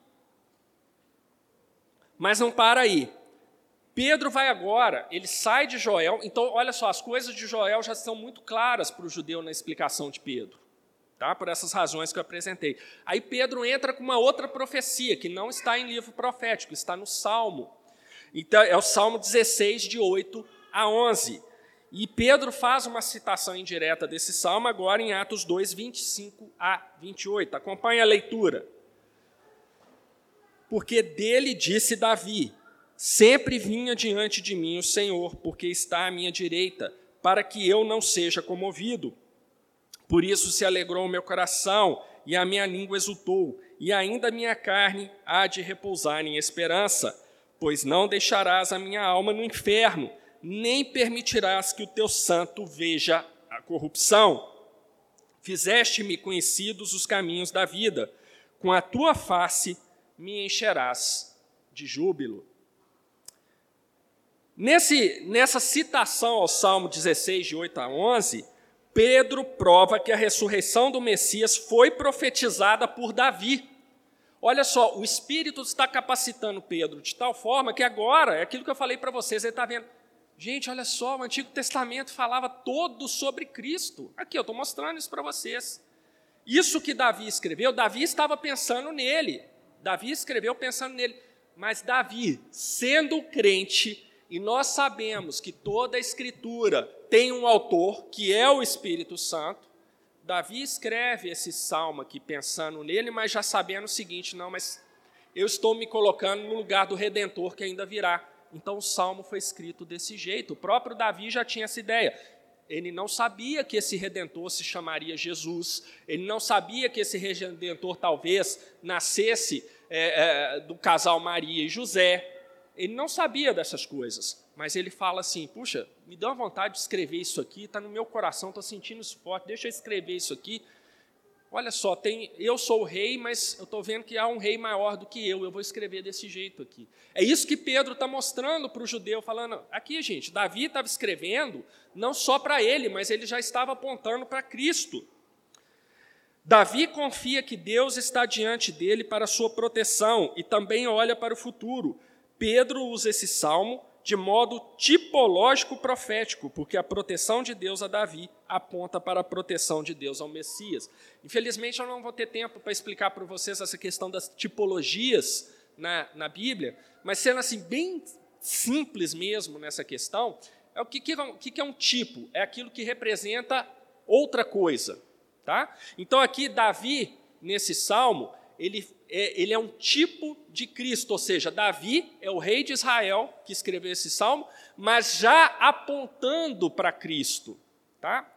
Mas não para aí. Pedro vai agora, ele sai de Joel. Então, olha só, as coisas de Joel já são muito claras para o judeu na explicação de Pedro. Tá? Por essas razões que eu apresentei. Aí Pedro entra com uma outra profecia, que não está em livro profético, está no Salmo. Então, é o Salmo 16, de 8 a 11. E Pedro faz uma citação indireta desse Salmo agora em Atos 2, 25 a 28. Acompanhe a leitura. Porque dele disse Davi, sempre vinha diante de mim o Senhor, porque está à minha direita, para que eu não seja comovido. Por isso se alegrou o meu coração, e a minha língua exultou, e ainda a minha carne há de repousar em esperança, pois não deixarás a minha alma no inferno, nem permitirás que o teu santo veja a corrupção. Fizeste-me conhecidos os caminhos da vida, com a tua face me encherás de júbilo. Nessa citação ao Salmo 16, de 8 a 11, Pedro prova que a ressurreição do Messias foi profetizada por Davi. Olha só, o Espírito está capacitando Pedro de tal forma que agora, é aquilo que eu falei para vocês, ele está vendo. Gente, olha só, o Antigo Testamento falava todo sobre Cristo. Aqui, eu estou mostrando isso para vocês. Isso que Davi escreveu, Davi estava pensando nele. Davi escreveu pensando nele. Mas Davi, sendo crente, e nós sabemos que toda a Escritura tem um autor, que é o Espírito Santo, Davi escreve esse salmo aqui pensando nele, mas já sabendo o seguinte, não, mas eu estou me colocando no lugar do Redentor que ainda virá. Então o salmo foi escrito desse jeito. O próprio Davi já tinha essa ideia. Ele não sabia que esse Redentor se chamaria Jesus, ele não sabia que esse Redentor talvez nascesse do casal Maria e José. Ele não sabia dessas coisas, mas ele fala assim, puxa, me dá uma vontade de escrever isso aqui, está no meu coração, estou sentindo isso forte, deixa eu escrever isso aqui. Olha só, eu sou o rei, mas eu estou vendo que há um rei maior do que eu vou escrever desse jeito aqui. É isso que Pedro está mostrando para o judeu, falando, aqui, gente, Davi estava escrevendo não só para ele, mas ele já estava apontando para Cristo. Davi confia que Deus está diante dele para a sua proteção e também olha para o futuro. Pedro usa esse salmo de modo tipológico profético, porque a proteção de Deus a Davi aponta para a proteção de Deus ao Messias. Infelizmente, eu não vou ter tempo para explicar para vocês essa questão das tipologias na Bíblia, mas sendo assim bem simples mesmo nessa questão, o que é um tipo? É aquilo que representa outra coisa. Tá? Então, aqui, Davi, nesse salmo, ele é um tipo de Cristo, ou seja, Davi é o rei de Israel que escreveu esse salmo, mas já apontando para Cristo. Tá?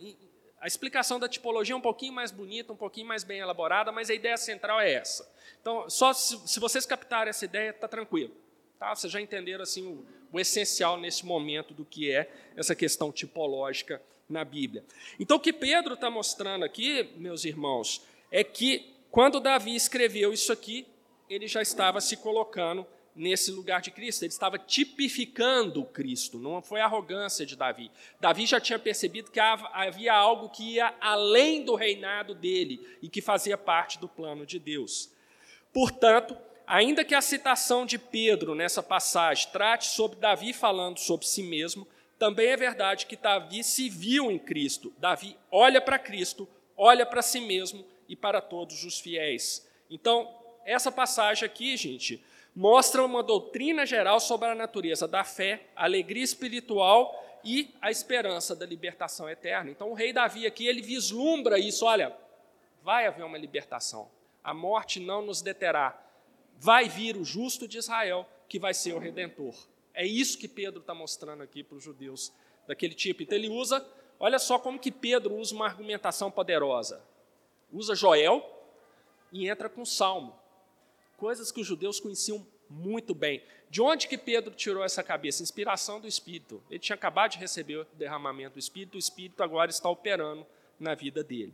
A explicação da tipologia é um pouquinho mais bonita, um pouquinho mais bem elaborada, mas a ideia central é essa. Então, só se vocês captarem essa ideia, está tranquilo. Tá? Vocês já entenderam assim, o essencial nesse momento do que é essa questão tipológica na Bíblia. Então, o que Pedro está mostrando aqui, meus irmãos, é que quando Davi escreveu isso aqui, ele já estava se colocando nesse lugar de Cristo, ele estava tipificando Cristo, não foi arrogância de Davi. Davi já tinha percebido que havia algo que ia além do reinado dele e que fazia parte do plano de Deus. Portanto, ainda que a citação de Pedro nessa passagem trate sobre Davi falando sobre si mesmo, também é verdade que Davi se viu em Cristo. Davi olha para Cristo, olha para si mesmo e para todos os fiéis. Então, essa passagem aqui, gente, mostra uma doutrina geral sobre a natureza da fé, a alegria espiritual e a esperança da libertação eterna. Então, o rei Davi aqui, ele vislumbra isso, olha, vai haver uma libertação, a morte não nos deterá, vai vir o justo de Israel, que vai ser o Redentor. É isso que Pedro está mostrando aqui para os judeus daquele tipo. Então, ele usa, olha só como que Pedro usa uma argumentação poderosa. Usa Joel e entra com Salmo. Coisas que os judeus conheciam muito bem. De onde que Pedro tirou essa cabeça? Inspiração do Espírito. Ele tinha acabado de receber o derramamento do Espírito, o Espírito agora está operando na vida dele.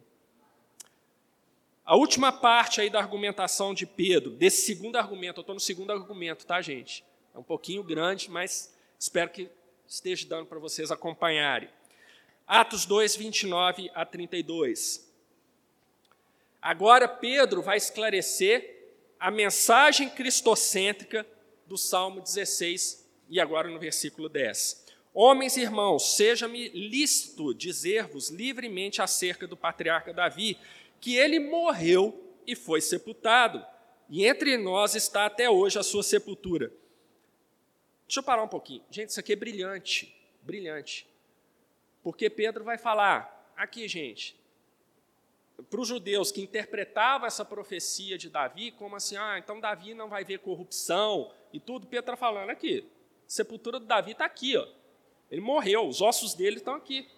A última parte aí da argumentação de Pedro, desse segundo argumento, eu estou no segundo argumento, tá, gente? É um pouquinho grande, mas espero que esteja dando para vocês acompanharem. Atos 2, 29 a 32. Agora Pedro vai esclarecer a mensagem cristocêntrica do Salmo 16, e agora no versículo 10. Homens e irmãos, seja-me lícito dizer-vos livremente acerca do patriarca Davi, que ele morreu e foi sepultado, e entre nós está até hoje a sua sepultura. Deixa eu parar um pouquinho. Gente, isso aqui é brilhante, brilhante. Porque Pedro vai falar, aqui, gente, para os judeus que interpretavam essa profecia de Davi, como assim, então Davi não vai ver corrupção e tudo, Pedro está falando aqui, a sepultura do Davi está aqui, ó. Ele morreu, os ossos dele estão aqui.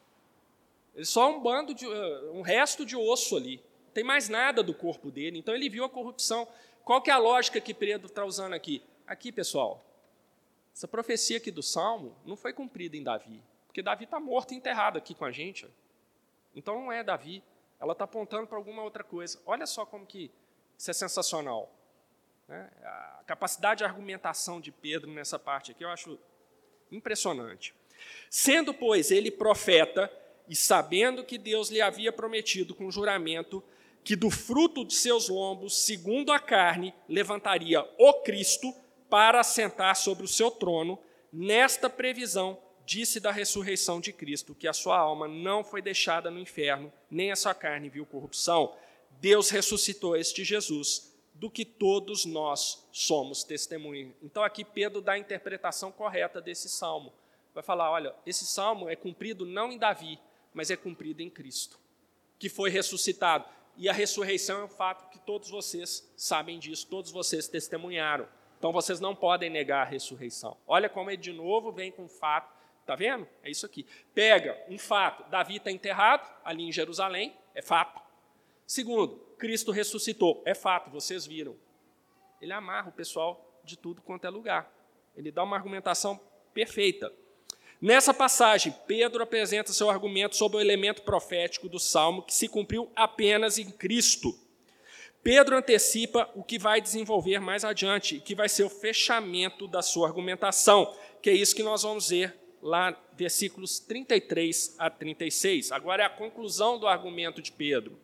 Ele só é um resto de osso ali, não tem mais nada do corpo dele, então ele viu a corrupção. Qual que é a lógica que Pedro está usando aqui? Aqui, pessoal, essa profecia aqui do Salmo não foi cumprida em Davi, porque Davi está morto e enterrado aqui com a gente, ó. Então não é Davi. Ela está apontando para alguma outra coisa. Olha só como que isso é sensacional. Né? A capacidade de argumentação de Pedro nessa parte aqui eu acho impressionante. Sendo, pois, ele profeta, e sabendo que Deus lhe havia prometido com juramento que do fruto de seus lombos, segundo a carne, levantaria o Cristo para assentar sobre o seu trono, nesta previsão disse da ressurreição de Cristo, que a sua alma não foi deixada no inferno, nem a sua carne viu corrupção. Deus ressuscitou este Jesus, do que todos nós somos testemunhas. Então, aqui Pedro dá a interpretação correta desse salmo. Vai falar, olha, esse salmo é cumprido não em Davi, mas é cumprido em Cristo, que foi ressuscitado. E a ressurreição é um fato que todos vocês sabem disso, todos vocês testemunharam. Então, vocês não podem negar a ressurreição. Olha como ele de novo vem com um fato. Está vendo? É isso aqui. Pega um fato, Davi está enterrado ali em Jerusalém, é fato. Segundo, Cristo ressuscitou, é fato, vocês viram. Ele amarra o pessoal de tudo quanto é lugar. Ele dá uma argumentação perfeita. Nessa passagem, Pedro apresenta seu argumento sobre o elemento profético do Salmo que se cumpriu apenas em Cristo. Pedro antecipa o que vai desenvolver mais adiante, que vai ser o fechamento da sua argumentação, que é isso que nós vamos ver lá, versículos 33 a 36. Agora é a conclusão do argumento de Pedro.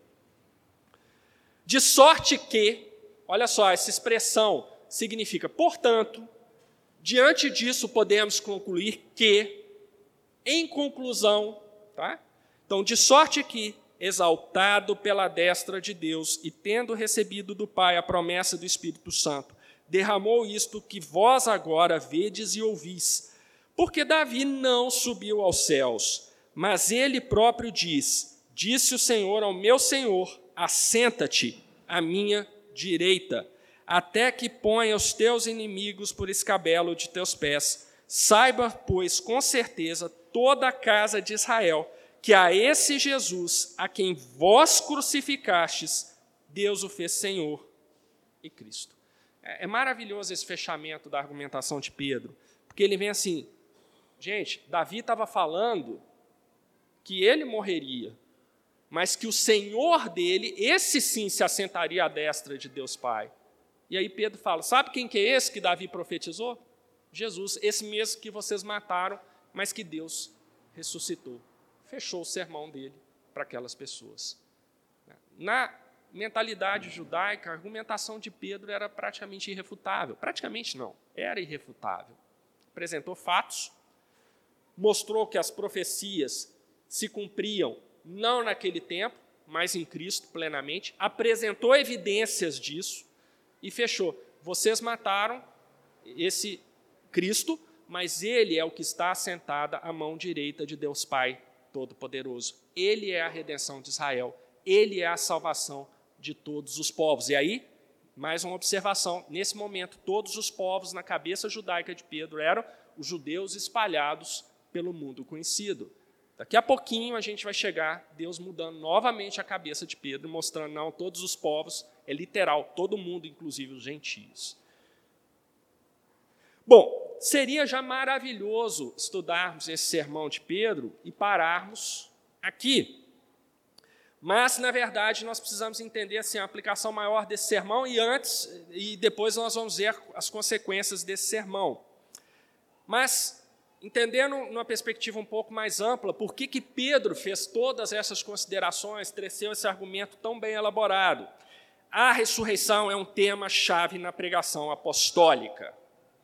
De sorte que, olha só, essa expressão significa, portanto, Diante disso, podemos concluir que, em conclusão, tá? Então, de sorte que, exaltado pela destra de Deus e tendo recebido do Pai a promessa do Espírito Santo, derramou isto que vós agora vedes e ouvis. Porque Davi não subiu aos céus, mas ele próprio diz: disse o Senhor ao meu Senhor, assenta-te à minha direita, até que ponha os teus inimigos por escabelo de teus pés. Saiba, pois, com certeza, toda a casa de Israel, que a esse Jesus, a quem vós crucificastes, Deus o fez Senhor e Cristo. É maravilhoso esse fechamento da argumentação de Pedro, porque ele vem assim, gente, Davi estava falando que ele morreria, mas que o Senhor dele, esse sim, se assentaria à destra de Deus Pai. E aí Pedro fala, sabe quem que é esse que Davi profetizou? Jesus, esse mesmo que vocês mataram, mas que Deus ressuscitou. Fechou o sermão dele para aquelas pessoas. Na mentalidade judaica, a argumentação de Pedro era praticamente irrefutável. Praticamente não, era irrefutável. Apresentou fatos, mostrou que as profecias se cumpriam não naquele tempo, mas em Cristo plenamente, apresentou evidências disso e fechou. Vocês mataram esse Cristo, mas ele é o que está assentado à mão direita de Deus Pai Todo-Poderoso. Ele é a redenção de Israel. Ele é a salvação de todos os povos. E aí, mais uma observação. Nesse momento, todos os povos na cabeça judaica de Pedro eram os judeus espalhados pelo mundo conhecido. Daqui a pouquinho a gente vai chegar, Deus mudando novamente a cabeça de Pedro, mostrando, não, todos os povos, é literal, todo mundo, inclusive os gentios. Bom, seria já maravilhoso estudarmos esse sermão de Pedro e pararmos aqui. Mas, na verdade, nós precisamos entender assim, a aplicação maior desse sermão e depois nós vamos ver as consequências desse sermão. Mas, entendendo numa perspectiva um pouco mais ampla, por que Pedro fez todas essas considerações, teceu esse argumento tão bem elaborado? A ressurreição é um tema-chave na pregação apostólica.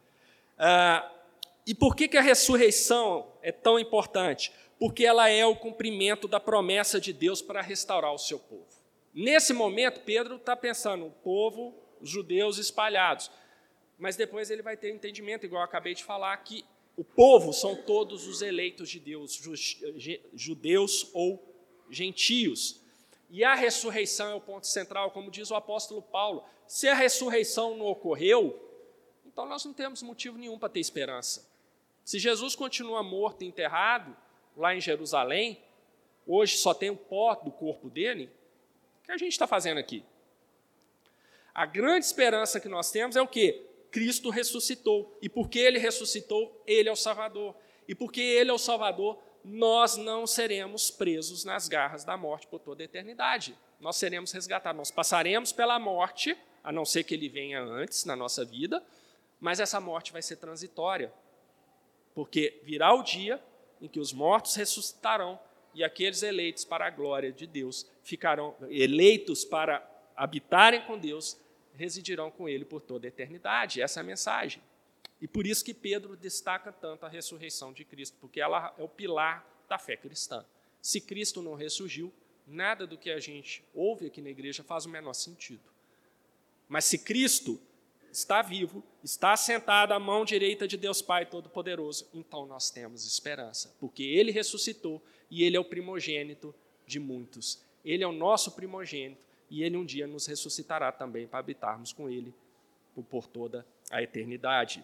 E por que a ressurreição é tão importante? Porque ela é o cumprimento da promessa de Deus para restaurar o seu povo. Nesse momento, Pedro está pensando, o povo, os judeus espalhados. Mas depois ele vai ter entendimento, igual eu acabei de falar, que o povo são todos os eleitos de Deus, judeus ou gentios. E a ressurreição é o ponto central, como diz o apóstolo Paulo. Se a ressurreição não ocorreu, então nós não temos motivo nenhum para ter esperança. Se Jesus continua morto e enterrado, lá em Jerusalém, hoje só tem o pó do corpo dele, o que a gente está fazendo aqui? A grande esperança que nós temos é o quê? Cristo ressuscitou. E porque ele ressuscitou, ele é o Salvador. E porque ele é o Salvador, nós não seremos presos nas garras da morte por toda a eternidade. Nós seremos resgatados. Nós passaremos pela morte, a não ser que ele venha antes na nossa vida, mas essa morte vai ser transitória. Porque virá o dia em que os mortos ressuscitarão e aqueles eleitos para a glória de Deus ficarão eleitos para habitarem com Deus, residirão com ele por toda a eternidade. Essa é a mensagem. E por isso que Pedro destaca tanto a ressurreição de Cristo, porque ela é o pilar da fé cristã. Se Cristo não ressurgiu, nada do que a gente ouve aqui na igreja faz o menor sentido. Mas se Cristo está vivo, está assentado à mão direita de Deus Pai Todo-Poderoso, então nós temos esperança, porque ele ressuscitou e ele é o primogênito de muitos. Ele é o nosso primogênito e ele um dia nos ressuscitará também para habitarmos com ele por toda a eternidade.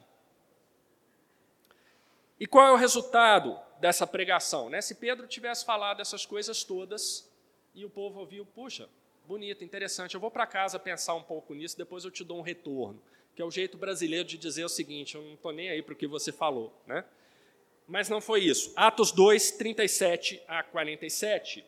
E qual é o resultado dessa pregação? Se Pedro tivesse falado essas coisas todas e o povo ouviu, puxa, bonito, interessante, eu vou para casa pensar um pouco nisso, depois eu te dou um retorno, que é o jeito brasileiro de dizer o seguinte, eu não estou nem aí para o que você falou. Mas não foi isso. Atos 2, 37 a 47.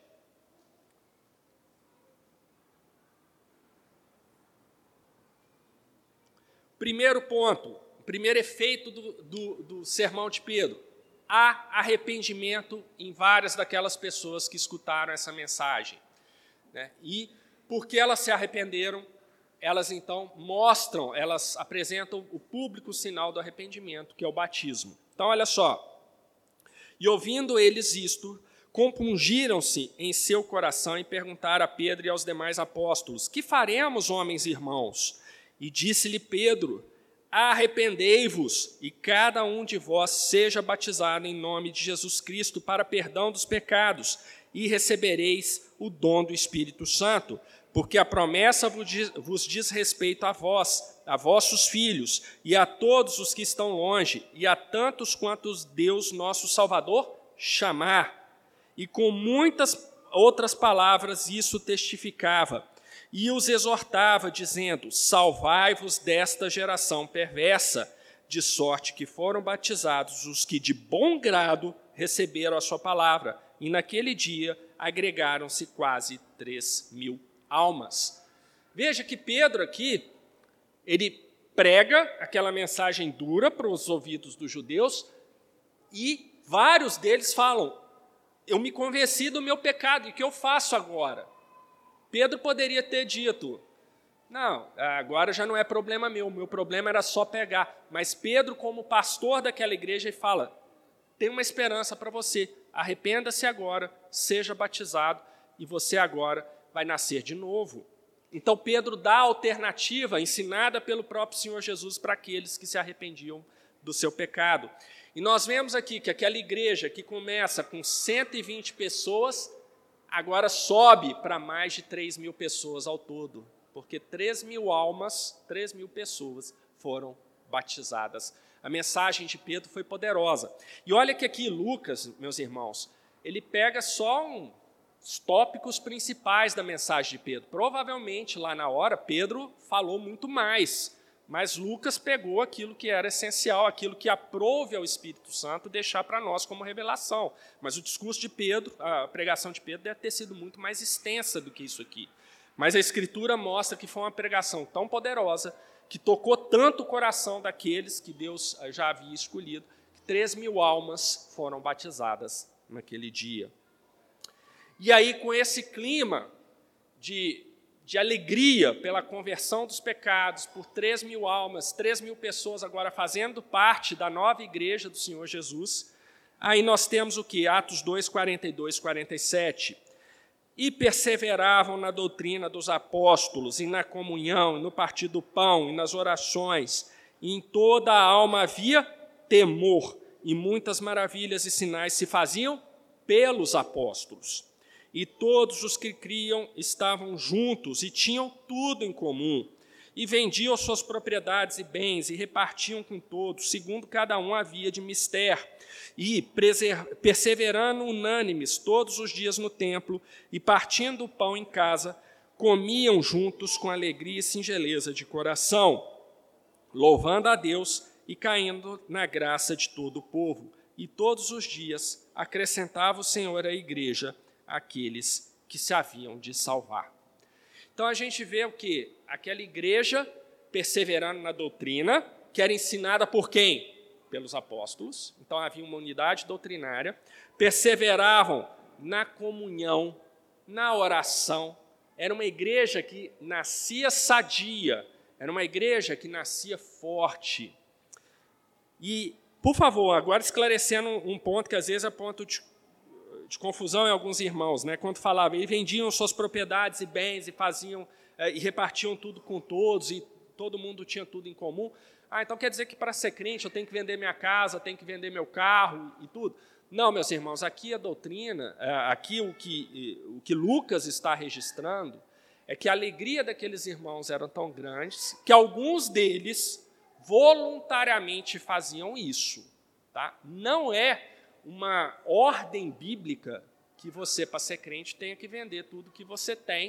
Primeiro ponto, o primeiro efeito do sermão de Pedro. Há arrependimento em várias daquelas pessoas que escutaram essa mensagem. E porque elas se arrependeram, elas então mostram, elas apresentam o público sinal do arrependimento, que é o batismo. Então, olha só. E ouvindo eles isto, compungiram-se em seu coração e perguntaram a Pedro e aos demais apóstolos: que faremos, homens e irmãos? E disse-lhe Pedro: arrependei-vos, e cada um de vós seja batizado em nome de Jesus Cristo para perdão dos pecados, e recebereis o dom do Espírito Santo, porque a promessa vos diz respeito a vós, a vossos filhos, e a todos os que estão longe, e a tantos quantos Deus nosso Salvador chamar. E com muitas outras palavras isso testificava, e os exortava, dizendo: salvai-vos desta geração perversa, de sorte que foram batizados os que de bom grado receberam a sua palavra. E naquele dia agregaram-se quase 3.000 almas. Veja que Pedro aqui, ele prega aquela mensagem dura para os ouvidos dos judeus, e vários deles falam: eu me convenci do meu pecado, e o que eu faço agora? Pedro poderia ter dito: não, agora já não é problema meu problema era só pegar. Mas Pedro, como pastor daquela igreja, ele fala: tem uma esperança para você, arrependa-se agora, seja batizado, e você agora vai nascer de novo. Então Pedro dá a alternativa ensinada pelo próprio Senhor Jesus para aqueles que se arrependiam do seu pecado. E nós vemos aqui que aquela igreja que começa com 120 pessoas, agora sobe para mais de 3.000 pessoas ao todo, porque 3.000 almas, 3.000 pessoas foram batizadas. A mensagem de Pedro foi poderosa. E olha que aqui Lucas, meus irmãos, ele pega só os tópicos principais da mensagem de Pedro. Provavelmente, lá na hora, Pedro falou muito mais, mas Lucas pegou aquilo que era essencial, aquilo que aprouve ao Espírito Santo deixar para nós como revelação. Mas o discurso de Pedro, a pregação de Pedro deve ter sido muito mais extensa do que isso aqui. Mas a Escritura mostra que foi uma pregação tão poderosa, que tocou tanto o coração daqueles que Deus já havia escolhido, que 3.000 almas foram batizadas naquele dia. E aí, com esse clima de alegria pela conversão dos pecados, por 3.000 almas, 3.000 pessoas agora fazendo parte da nova igreja do Senhor Jesus, aí nós temos o quê? Atos 2, 42, 47. E perseveravam na doutrina dos apóstolos, e na comunhão, e no partir do pão, e nas orações, e em toda a alma havia temor, e muitas maravilhas e sinais se faziam pelos apóstolos. E todos os que criam estavam juntos e tinham tudo em comum, e vendiam suas propriedades e bens, e repartiam com todos, segundo cada um havia de mister, e, perseverando unânimes todos os dias no templo, e partindo o pão em casa, comiam juntos com alegria e singeleza de coração, louvando a Deus e caindo na graça de todo o povo. E todos os dias acrescentava o Senhor à igreja aqueles que se haviam de salvar. Então a gente vê o quê? Aquela igreja perseverando na doutrina, que era ensinada por quem? Pelos apóstolos. Então havia uma unidade doutrinária. Perseveravam na comunhão, na oração. Era uma igreja que nascia sadia, era uma igreja que nascia forte. E, por favor, agora esclarecendo um ponto que às vezes é ponto de confusão em alguns irmãos, né? Quando falavam, e vendiam suas propriedades e bens, e faziam, e repartiam tudo com todos, e todo mundo tinha tudo em comum. Então quer dizer que para ser crente eu tenho que vender minha casa, tenho que vender meu carro e tudo? Não, meus irmãos, aqui a doutrina, aqui o que Lucas está registrando, é que a alegria daqueles irmãos era tão grande que alguns deles voluntariamente faziam isso. Tá? Não é uma ordem bíblica que você, para ser crente, tenha que vender tudo que você tem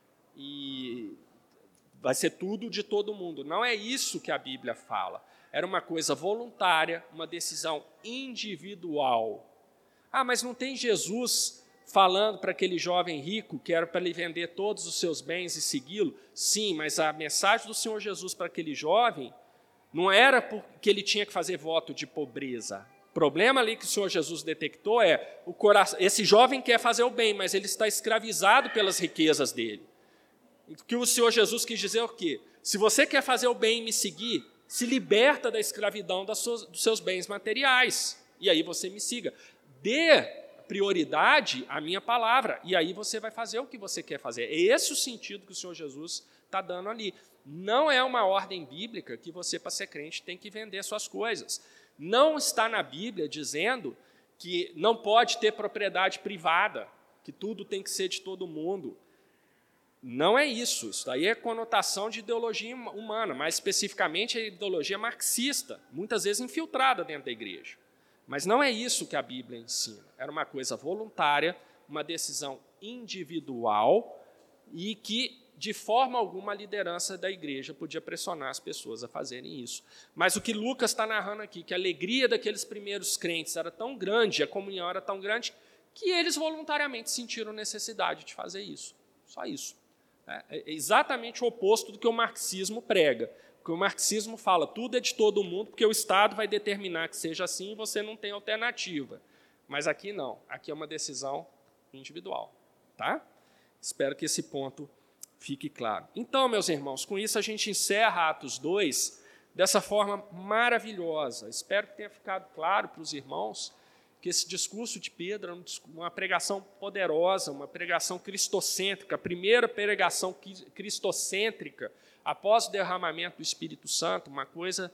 e vai ser tudo de todo mundo. Não é isso que a Bíblia fala. Era uma coisa voluntária, uma decisão individual. Mas não tem Jesus falando para aquele jovem rico que era para ele vender todos os seus bens e segui-lo? Sim, mas a mensagem do Senhor Jesus para aquele jovem não era porque ele tinha que fazer voto de pobreza. O problema ali que o Senhor Jesus detectou é o coração. Esse jovem quer fazer o bem, mas ele está escravizado pelas riquezas dele. O que o Senhor Jesus quis dizer é o quê? Se você quer fazer o bem e me seguir, se liberta da escravidão dos seus bens materiais. E aí você me siga. Dê prioridade à minha palavra. E aí você vai fazer o que você quer fazer. É esse o sentido que o Senhor Jesus está dando ali. Não é uma ordem bíblica que você, para ser crente, tem que vender suas coisas. Não está na Bíblia dizendo que não pode ter propriedade privada, que tudo tem que ser de todo mundo. Não é isso. Isso daí é conotação de ideologia humana, mais especificamente a ideologia marxista, muitas vezes infiltrada dentro da igreja. Mas não é isso que a Bíblia ensina. Era uma coisa voluntária, uma decisão individual e que, de forma alguma, a liderança da igreja podia pressionar as pessoas a fazerem isso. Mas o que Lucas está narrando aqui, que a alegria daqueles primeiros crentes era tão grande, a comunhão era tão grande, que eles voluntariamente sentiram necessidade de fazer isso. Só isso. É exatamente o oposto do que o marxismo prega. Porque o marxismo fala, tudo é de todo mundo, porque o Estado vai determinar que seja assim e você não tem alternativa. Mas aqui não, aqui é uma decisão individual. Tá? Espero que esse ponto fique claro. Então, meus irmãos, com isso a gente encerra Atos 2 dessa forma maravilhosa. Espero que tenha ficado claro para os irmãos que esse discurso de Pedro é uma pregação poderosa, uma pregação cristocêntrica, a primeira pregação cristocêntrica após o derramamento do Espírito Santo, uma coisa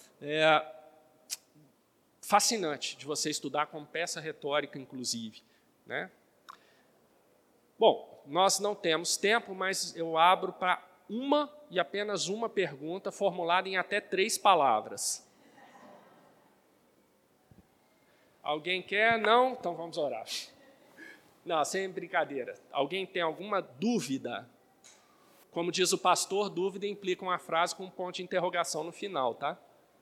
fascinante de você estudar como peça retórica, inclusive. Né? Bom, nós não temos tempo, mas eu abro para uma e apenas uma pergunta formulada em até 3 palavras. Alguém quer? Não? Então vamos orar. Não, sem brincadeira. Alguém tem alguma dúvida? Como diz o pastor, dúvida implica uma frase com um ponto de interrogação no final, tá?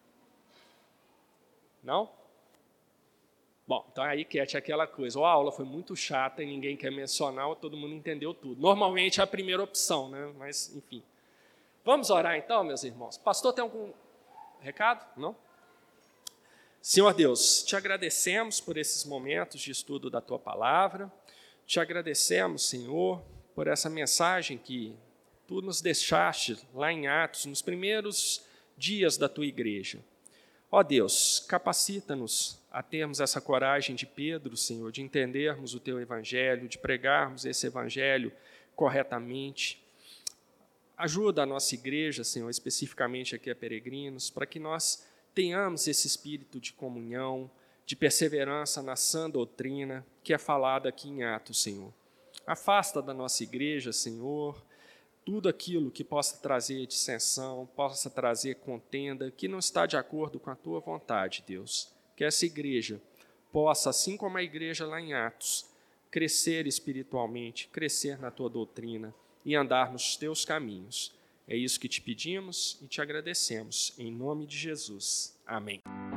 Não? Bom, então aí, Cat, é aquela coisa. A aula foi muito chata e ninguém quer mencionar, todo mundo entendeu tudo. Normalmente é a primeira opção, né? Mas, enfim. Vamos orar então, meus irmãos? Pastor, tem algum recado? Não? Senhor Deus, te agradecemos por esses momentos de estudo da Tua Palavra, te agradecemos, Senhor, por essa mensagem que Tu nos deixaste lá em Atos, nos primeiros dias da Tua igreja. Ó Deus, capacita-nos a termos essa coragem de Pedro, Senhor, de entendermos o Teu Evangelho, de pregarmos esse Evangelho corretamente. Ajuda a nossa igreja, Senhor, especificamente aqui a Peregrinos, para que nós tenhamos esse espírito de comunhão, de perseverança na sã doutrina que é falada aqui em Atos, Senhor. Afasta da nossa igreja, Senhor, tudo aquilo que possa trazer dissensão, possa trazer contenda, que não está de acordo com a Tua vontade, Deus. Que essa igreja possa, assim como a igreja lá em Atos, crescer espiritualmente, crescer na Tua doutrina e andar nos Teus caminhos. É isso que te pedimos e te agradecemos. Em nome de Jesus. Amém.